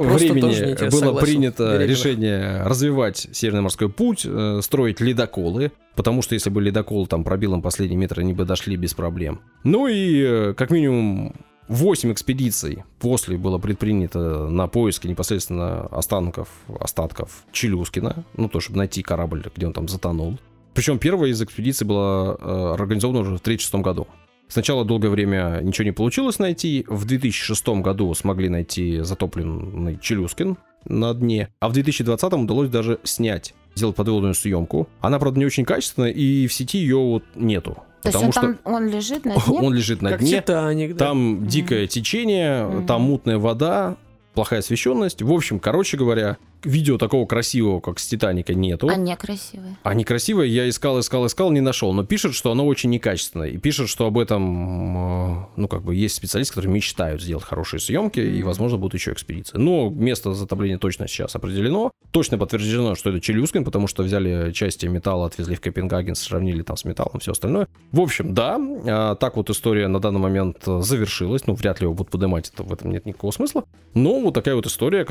Speaker 1: времени было принято решение развивать Северный морской путь, строить ледоколы, потому что если бы ледокол там пробил им последний метр, они бы дошли без проблем. Ну и как минимум восемь экспедиций после было предпринято на поиски непосредственно останков, остатков Челюскина, ну, то, чтобы найти корабль, где он там затонул. Причем первая из экспедиций была э, организована уже в тысяча девятьсот тридцать шестом году. Сначала долгое время ничего не получилось найти, в две тысячи шестом году смогли найти затопленный Челюскин на дне, а в две тысячи двадцатом удалось даже снять, сделать подводную съемку. Она, правда, не очень качественная, и в сети ее вот нету.
Speaker 3: То есть он, там, он лежит на дне?
Speaker 1: Он лежит на
Speaker 2: как
Speaker 1: дне,
Speaker 2: Титаник, да?
Speaker 1: Там
Speaker 3: Mm-hmm.
Speaker 1: дикое течение,
Speaker 3: Mm-hmm.
Speaker 1: там мутная вода, плохая освещенность. В общем, короче говоря, видео такого красивого, как с Титаника, нету.
Speaker 3: А некрасивые.
Speaker 1: А некрасивое я искал, искал, искал, не нашел. Но пишет, что оно очень некачественное. И пишет, что об этом, ну, как бы, есть специалисты, которые мечтают сделать хорошие съемки, и, возможно, будут еще экспедиции. Но место затопления точно сейчас определено. Точно подтверждено, что это Челюскин, потому что взяли части металла, отвезли в Копенгаген, сравнили там с металлом, все остальное. В общем, да, так вот история на данный момент завершилась. Ну, вряд ли его будут поднимать, это, в этом нет никакого смысла. Но вот такая вот история,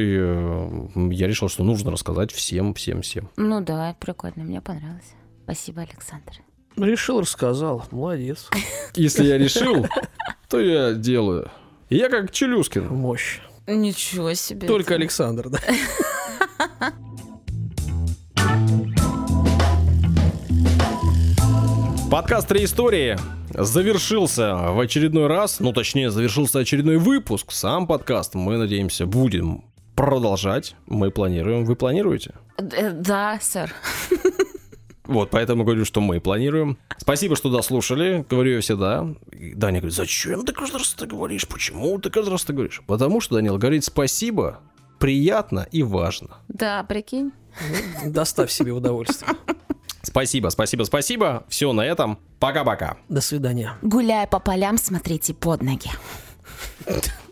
Speaker 1: которой я решил, что нужно рассказать всем, всем, всем.
Speaker 3: Ну да, прикольно, мне понравилось. Спасибо, Александр.
Speaker 2: Решил, рассказал. Молодец.
Speaker 1: Если я решил, то я делаю. Я как Челюскин.
Speaker 2: Мощь.
Speaker 3: Ничего себе.
Speaker 2: Только это... Александр, да.
Speaker 1: Подкаст «Три истории» завершился в очередной раз. Ну, точнее, завершился очередной выпуск. Сам подкаст, мы надеемся, будем продолжать. Мы планируем. Вы планируете?
Speaker 3: Да, сэр.
Speaker 1: Вот, поэтому говорю, что мы планируем. Спасибо, что дослушали. Говорю я всегда. Даня говорит, зачем ты каждый раз это говоришь? Почему ты каждый раз это говоришь? Потому что Данил говорит спасибо, приятно и важно.
Speaker 3: Да, прикинь.
Speaker 2: Ну, доставь себе удовольствие.
Speaker 1: Спасибо, спасибо, спасибо. Все на этом. Пока-пока.
Speaker 2: До свидания.
Speaker 3: Гуляя по полям, смотрите под ноги.